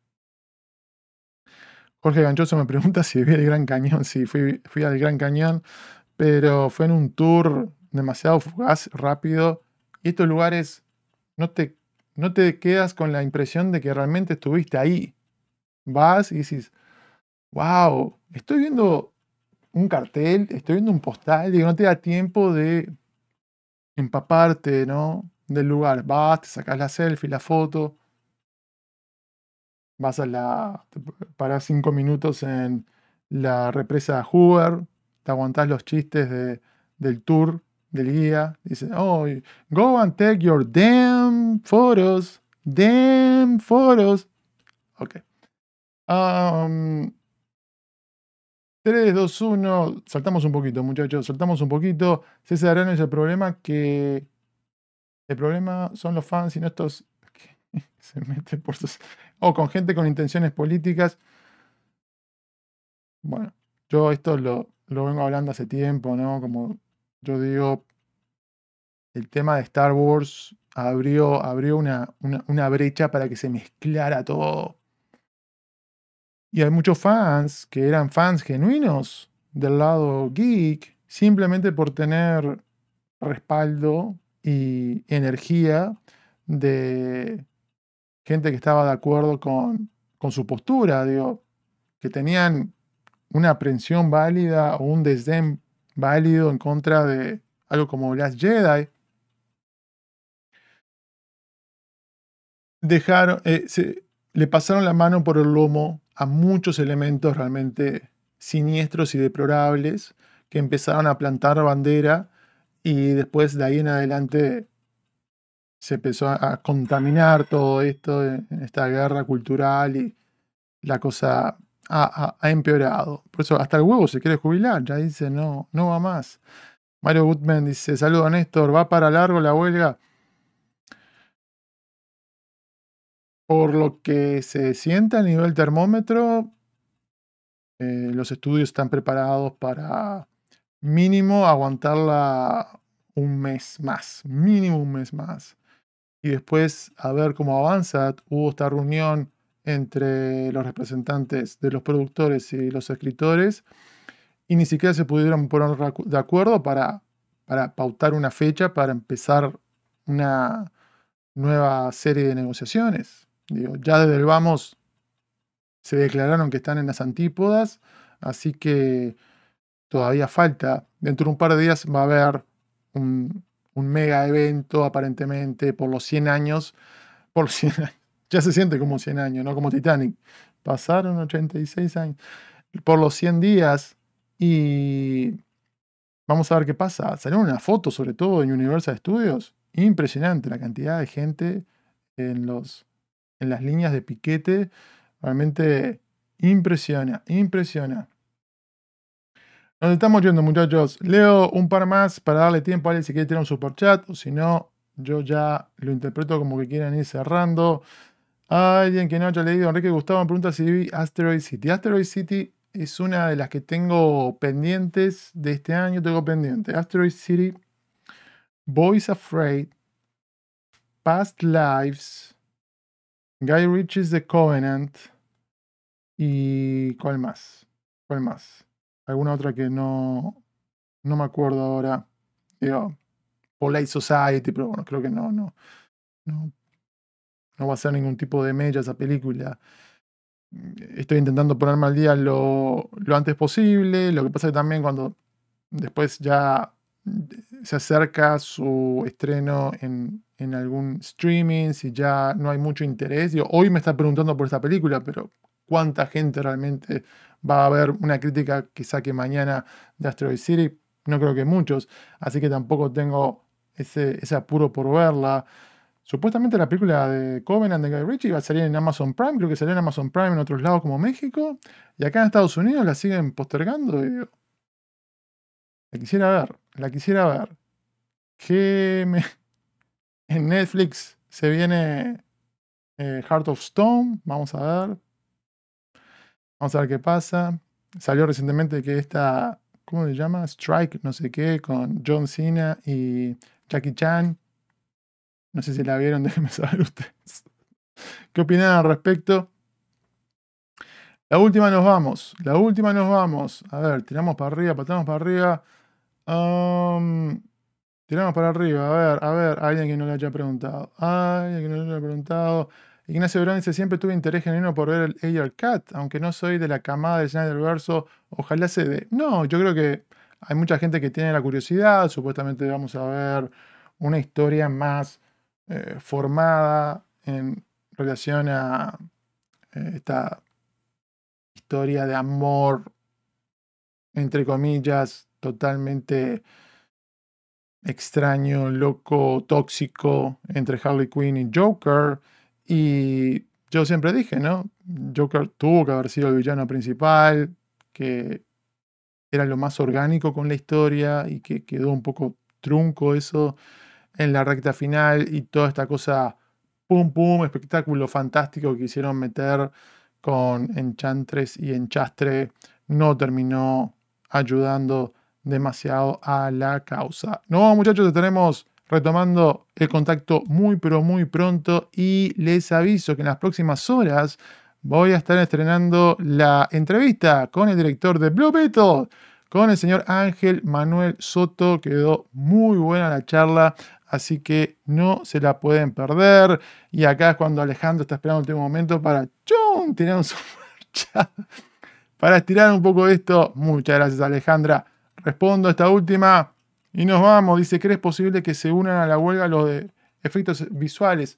Jorge Ganchoso me pregunta si vi el Gran Cañón. Sí, fui al Gran Cañón, pero fue en un tour demasiado fugaz, rápido. Y estos lugares no te, no te quedas con la impresión de que realmente estuviste ahí. Vas y dices, wow, estoy viendo un cartel, estoy viendo un postal, digo, no te da tiempo de empaparte, ¿no? Del lugar. Vas, te sacas la selfie, la foto, vas a te parás 5 minutos en la represa Hoover, te aguantás los chistes del tour, del guía, dice, oh, go and take your damn photos. Ok. 3, 2, 1, saltamos un poquito, muchachos, saltamos un poquito. César Arano es el problema que el problema son los fans y no estos que se meten por sus o con gente con intenciones políticas. Bueno, yo esto lo vengo hablando hace tiempo, ¿no? Como yo digo, el tema de Star Wars abrió una brecha para que se mezclara todo. Y hay muchos fans que eran fans genuinos del lado geek, simplemente por tener respaldo y energía de gente que estaba de acuerdo con su postura, digo, que tenían una aprensión válida o un desdén válido en contra de algo como Last Jedi. Le pasaron la mano por el lomo a muchos elementos realmente siniestros y deplorables que empezaron a plantar bandera y después de ahí en adelante se empezó a contaminar todo esto en esta guerra cultural y la cosa ha empeorado. Por eso hasta el huevo se quiere jubilar, ya dice no, no va más. Mario Goodman dice, saludo Néstor, ¿va para largo la huelga? Por lo que se siente a nivel termómetro, los estudios están preparados para mínimo aguantarla un mes más, mínimo un mes más. Y después a ver cómo avanza. Hubo esta reunión entre los representantes de los productores y los escritores y ni siquiera se pudieron poner de acuerdo para pautar una fecha para empezar una nueva serie de negociaciones. Digo, ya desde el vamos se declararon que están en las antípodas, así que todavía falta. Dentro de un par de días va a haber un mega evento aparentemente por los 100 años. Por los 100 años. Ya se siente como 100 años, ¿no? Como Titanic. Pasaron 86 años. Por los 100 días y vamos a ver qué pasa. Salieron una foto, sobre todo en Universal Studios. Impresionante la cantidad de gente en las líneas de piquete. Realmente impresiona, impresiona. Nos estamos yendo, muchachos. Leo un par más para darle tiempo a alguien si quiere tirar un superchat, o si no, yo ya lo interpreto como que quieran ir cerrando. Alguien que no haya leído, Enrique Gustavo, me pregunta si vi Asteroid City. Asteroid City es una de las que tengo pendientes de este año. Tengo pendiente Asteroid City, Boys Afraid, Past Lives, Guy Ritchie's The Covenant y ¿cuál más? ¿Cuál más? Alguna otra que no me acuerdo ahora. Digo, Polite Society, pero bueno, creo que no, no va a ser ningún tipo de mella esa película. Estoy intentando ponerme al día lo antes posible. Lo que pasa es que también cuando después ya se acerca su estreno en algún streaming, si ya no hay mucho interés. Digo, hoy me está preguntando por esta película, pero ¿cuánta gente realmente va a ver una crítica que saque mañana de Asteroid City? No creo que muchos, así que tampoco tengo ese apuro por verla. Supuestamente la película de Covenant de Guy Ritchie iba a salir en Amazon Prime, creo que salió en Amazon Prime en otros lados como México, y acá en Estados Unidos la siguen postergando. Y digo, la quisiera ver, la quisiera ver. Que en Netflix se viene Heart of Stone, vamos a ver qué pasa. Salió recientemente que esta, ¿cómo se llama? Strike, no sé qué, con John Cena y Jackie Chan. No sé si la vieron, déjenme saber ustedes. ¿Qué opinan al respecto? La última nos vamos. La última nos vamos. A ver, tiramos para arriba, patamos para arriba. Tiramos para arriba. A ver, alguien que no le haya preguntado. Alguien que no le haya preguntado. Ignacio Durán dice: Siempre tuve interés genuino por ver el Ayer Cat, aunque no soy de la camada del Snyderverso. Ojalá se dé. No, yo creo que hay mucha gente que tiene la curiosidad. Supuestamente vamos a ver una historia más formada en relación a esta historia de amor, entre comillas, totalmente extraño, loco, tóxico entre Harley Quinn y Joker. Y yo siempre dije, ¿no? Joker tuvo que haber sido el villano principal, que era lo más orgánico con la historia y que quedó un poco trunco eso en la recta final y toda esta cosa, pum pum, espectáculo fantástico que quisieron meter con Enchantress y Enchastre no terminó ayudando demasiado a la causa. No, muchachos, estaremos retomando el contacto muy pero muy pronto y les aviso que en las próximas horas voy a estar estrenando la entrevista con el director de Blue Beetle, con el señor Ángel Manuel Soto. Quedó muy buena la charla, así que no se la pueden perder. Y acá es cuando Alejandro está esperando el último momento para ¡chum! Tirar un superchat. Para estirar un poco esto, muchas gracias, Alejandra. Respondo esta última y nos vamos. Dice: ¿crees posible que se unan a la huelga los de efectos visuales?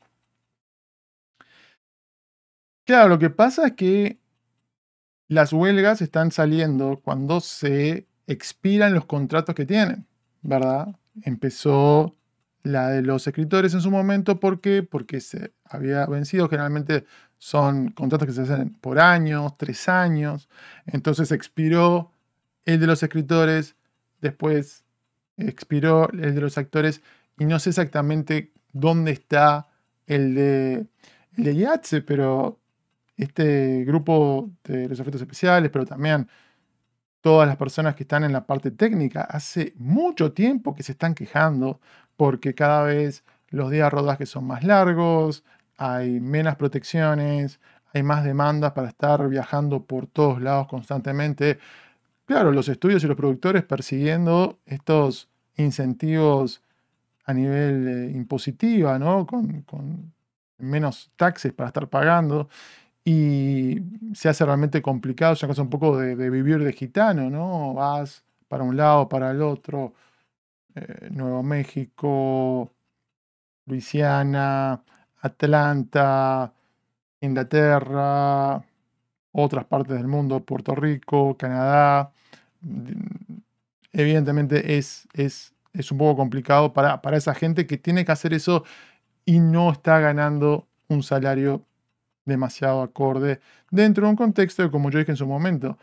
Claro, lo que pasa es que las huelgas están saliendo cuando se expiran los contratos que tienen, ¿verdad? Empezó la de los escritores en su momento, ¿por qué? Porque se había vencido. Generalmente son contratos que se hacen por años, 3 años. Entonces expiró el de los escritores, después expiró el de los actores, y no sé exactamente dónde está el de IATSE, pero este grupo de los efectos especiales, pero también todas las personas que están en la parte técnica, hace mucho tiempo que se están quejando porque cada vez los días de rodaje son más largos, hay menos protecciones, hay más demandas para estar viajando por todos lados constantemente. Claro, los estudios y los productores persiguiendo estos incentivos a nivel impositiva, ¿no? Con menos taxes para estar pagando. Y se hace realmente complicado, es una cosa un poco de vivir de gitano, ¿no? Vas para un lado, para el otro, Nuevo México, Luisiana, Atlanta, Inglaterra, otras partes del mundo, Puerto Rico, Canadá. Evidentemente es un poco complicado para esa gente que tiene que hacer eso y no está ganando un salario demasiado acorde dentro de un contexto que, como yo dije en su momento,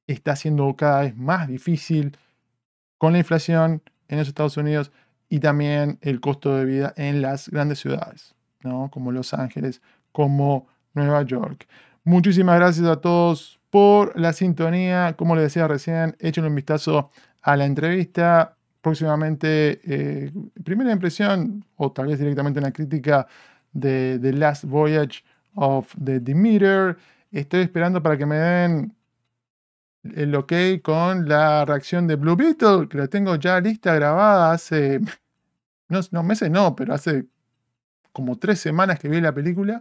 está siendo cada vez más difícil con la inflación en los Estados Unidos y también el costo de vida en las grandes ciudades, ¿no? Como Los Ángeles, como Nueva York. Muchísimas gracias a todos por la sintonía. Como les decía recién, échenle un vistazo a la entrevista. Próximamente, primera impresión, o tal vez directamente una crítica de The Last Voyage of the Demeter. Estoy esperando para que me den el ok con la reacción de Blue Beetle, que la tengo ya lista, grabada hace, no meses no, pero hace como 3 semanas que vi la película.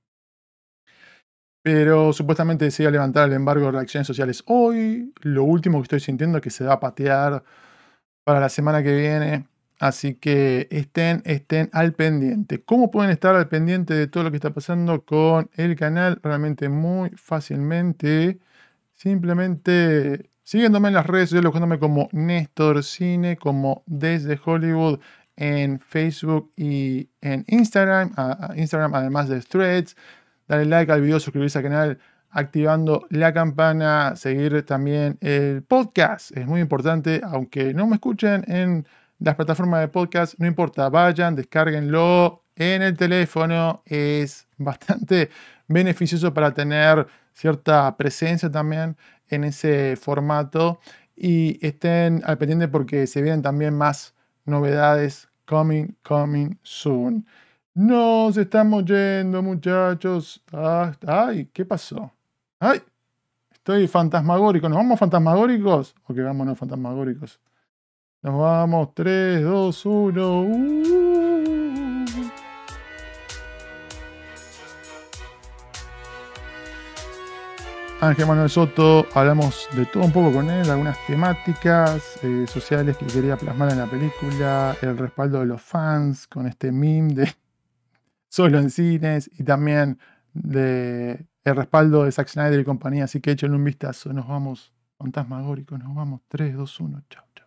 Pero supuestamente se iba a levantar el embargo de reacciones sociales hoy. Lo último que estoy sintiendo es que se va a patear para la semana que viene. Así que estén al pendiente. ¿Cómo pueden estar al pendiente de todo lo que está pasando con el canal? Realmente muy fácilmente. Simplemente siguiéndome en las redes sociales, buscándome como Néstor Cine, como Desde Hollywood en Facebook y en Instagram. Instagram además de Threads. Darle like al video, suscribirse al canal, activando la campana, seguir también el podcast. Es muy importante, aunque no me escuchen en las plataformas de podcast, no importa, vayan, descárguenlo en el teléfono. Es bastante beneficioso para tener cierta presencia también en ese formato. Y estén al pendiente porque se vienen también más novedades coming soon. Nos estamos yendo, muchachos. Ay, ¿qué pasó? Ay, estoy fantasmagórico. ¿Nos vamos fantasmagóricos? Ok, vámonos fantasmagóricos. Nos vamos, 3, 2, 1. Ángel Manuel Soto, hablamos de todo un poco con él, algunas temáticas sociales que quería plasmar en la película, el respaldo de los fans con este meme de solo en cines y también de el respaldo de Zack Snyder y compañía. Así que échenle un vistazo. Nos vamos fantasmagóricos, nos vamos 3, 2, 1. Chao, chao.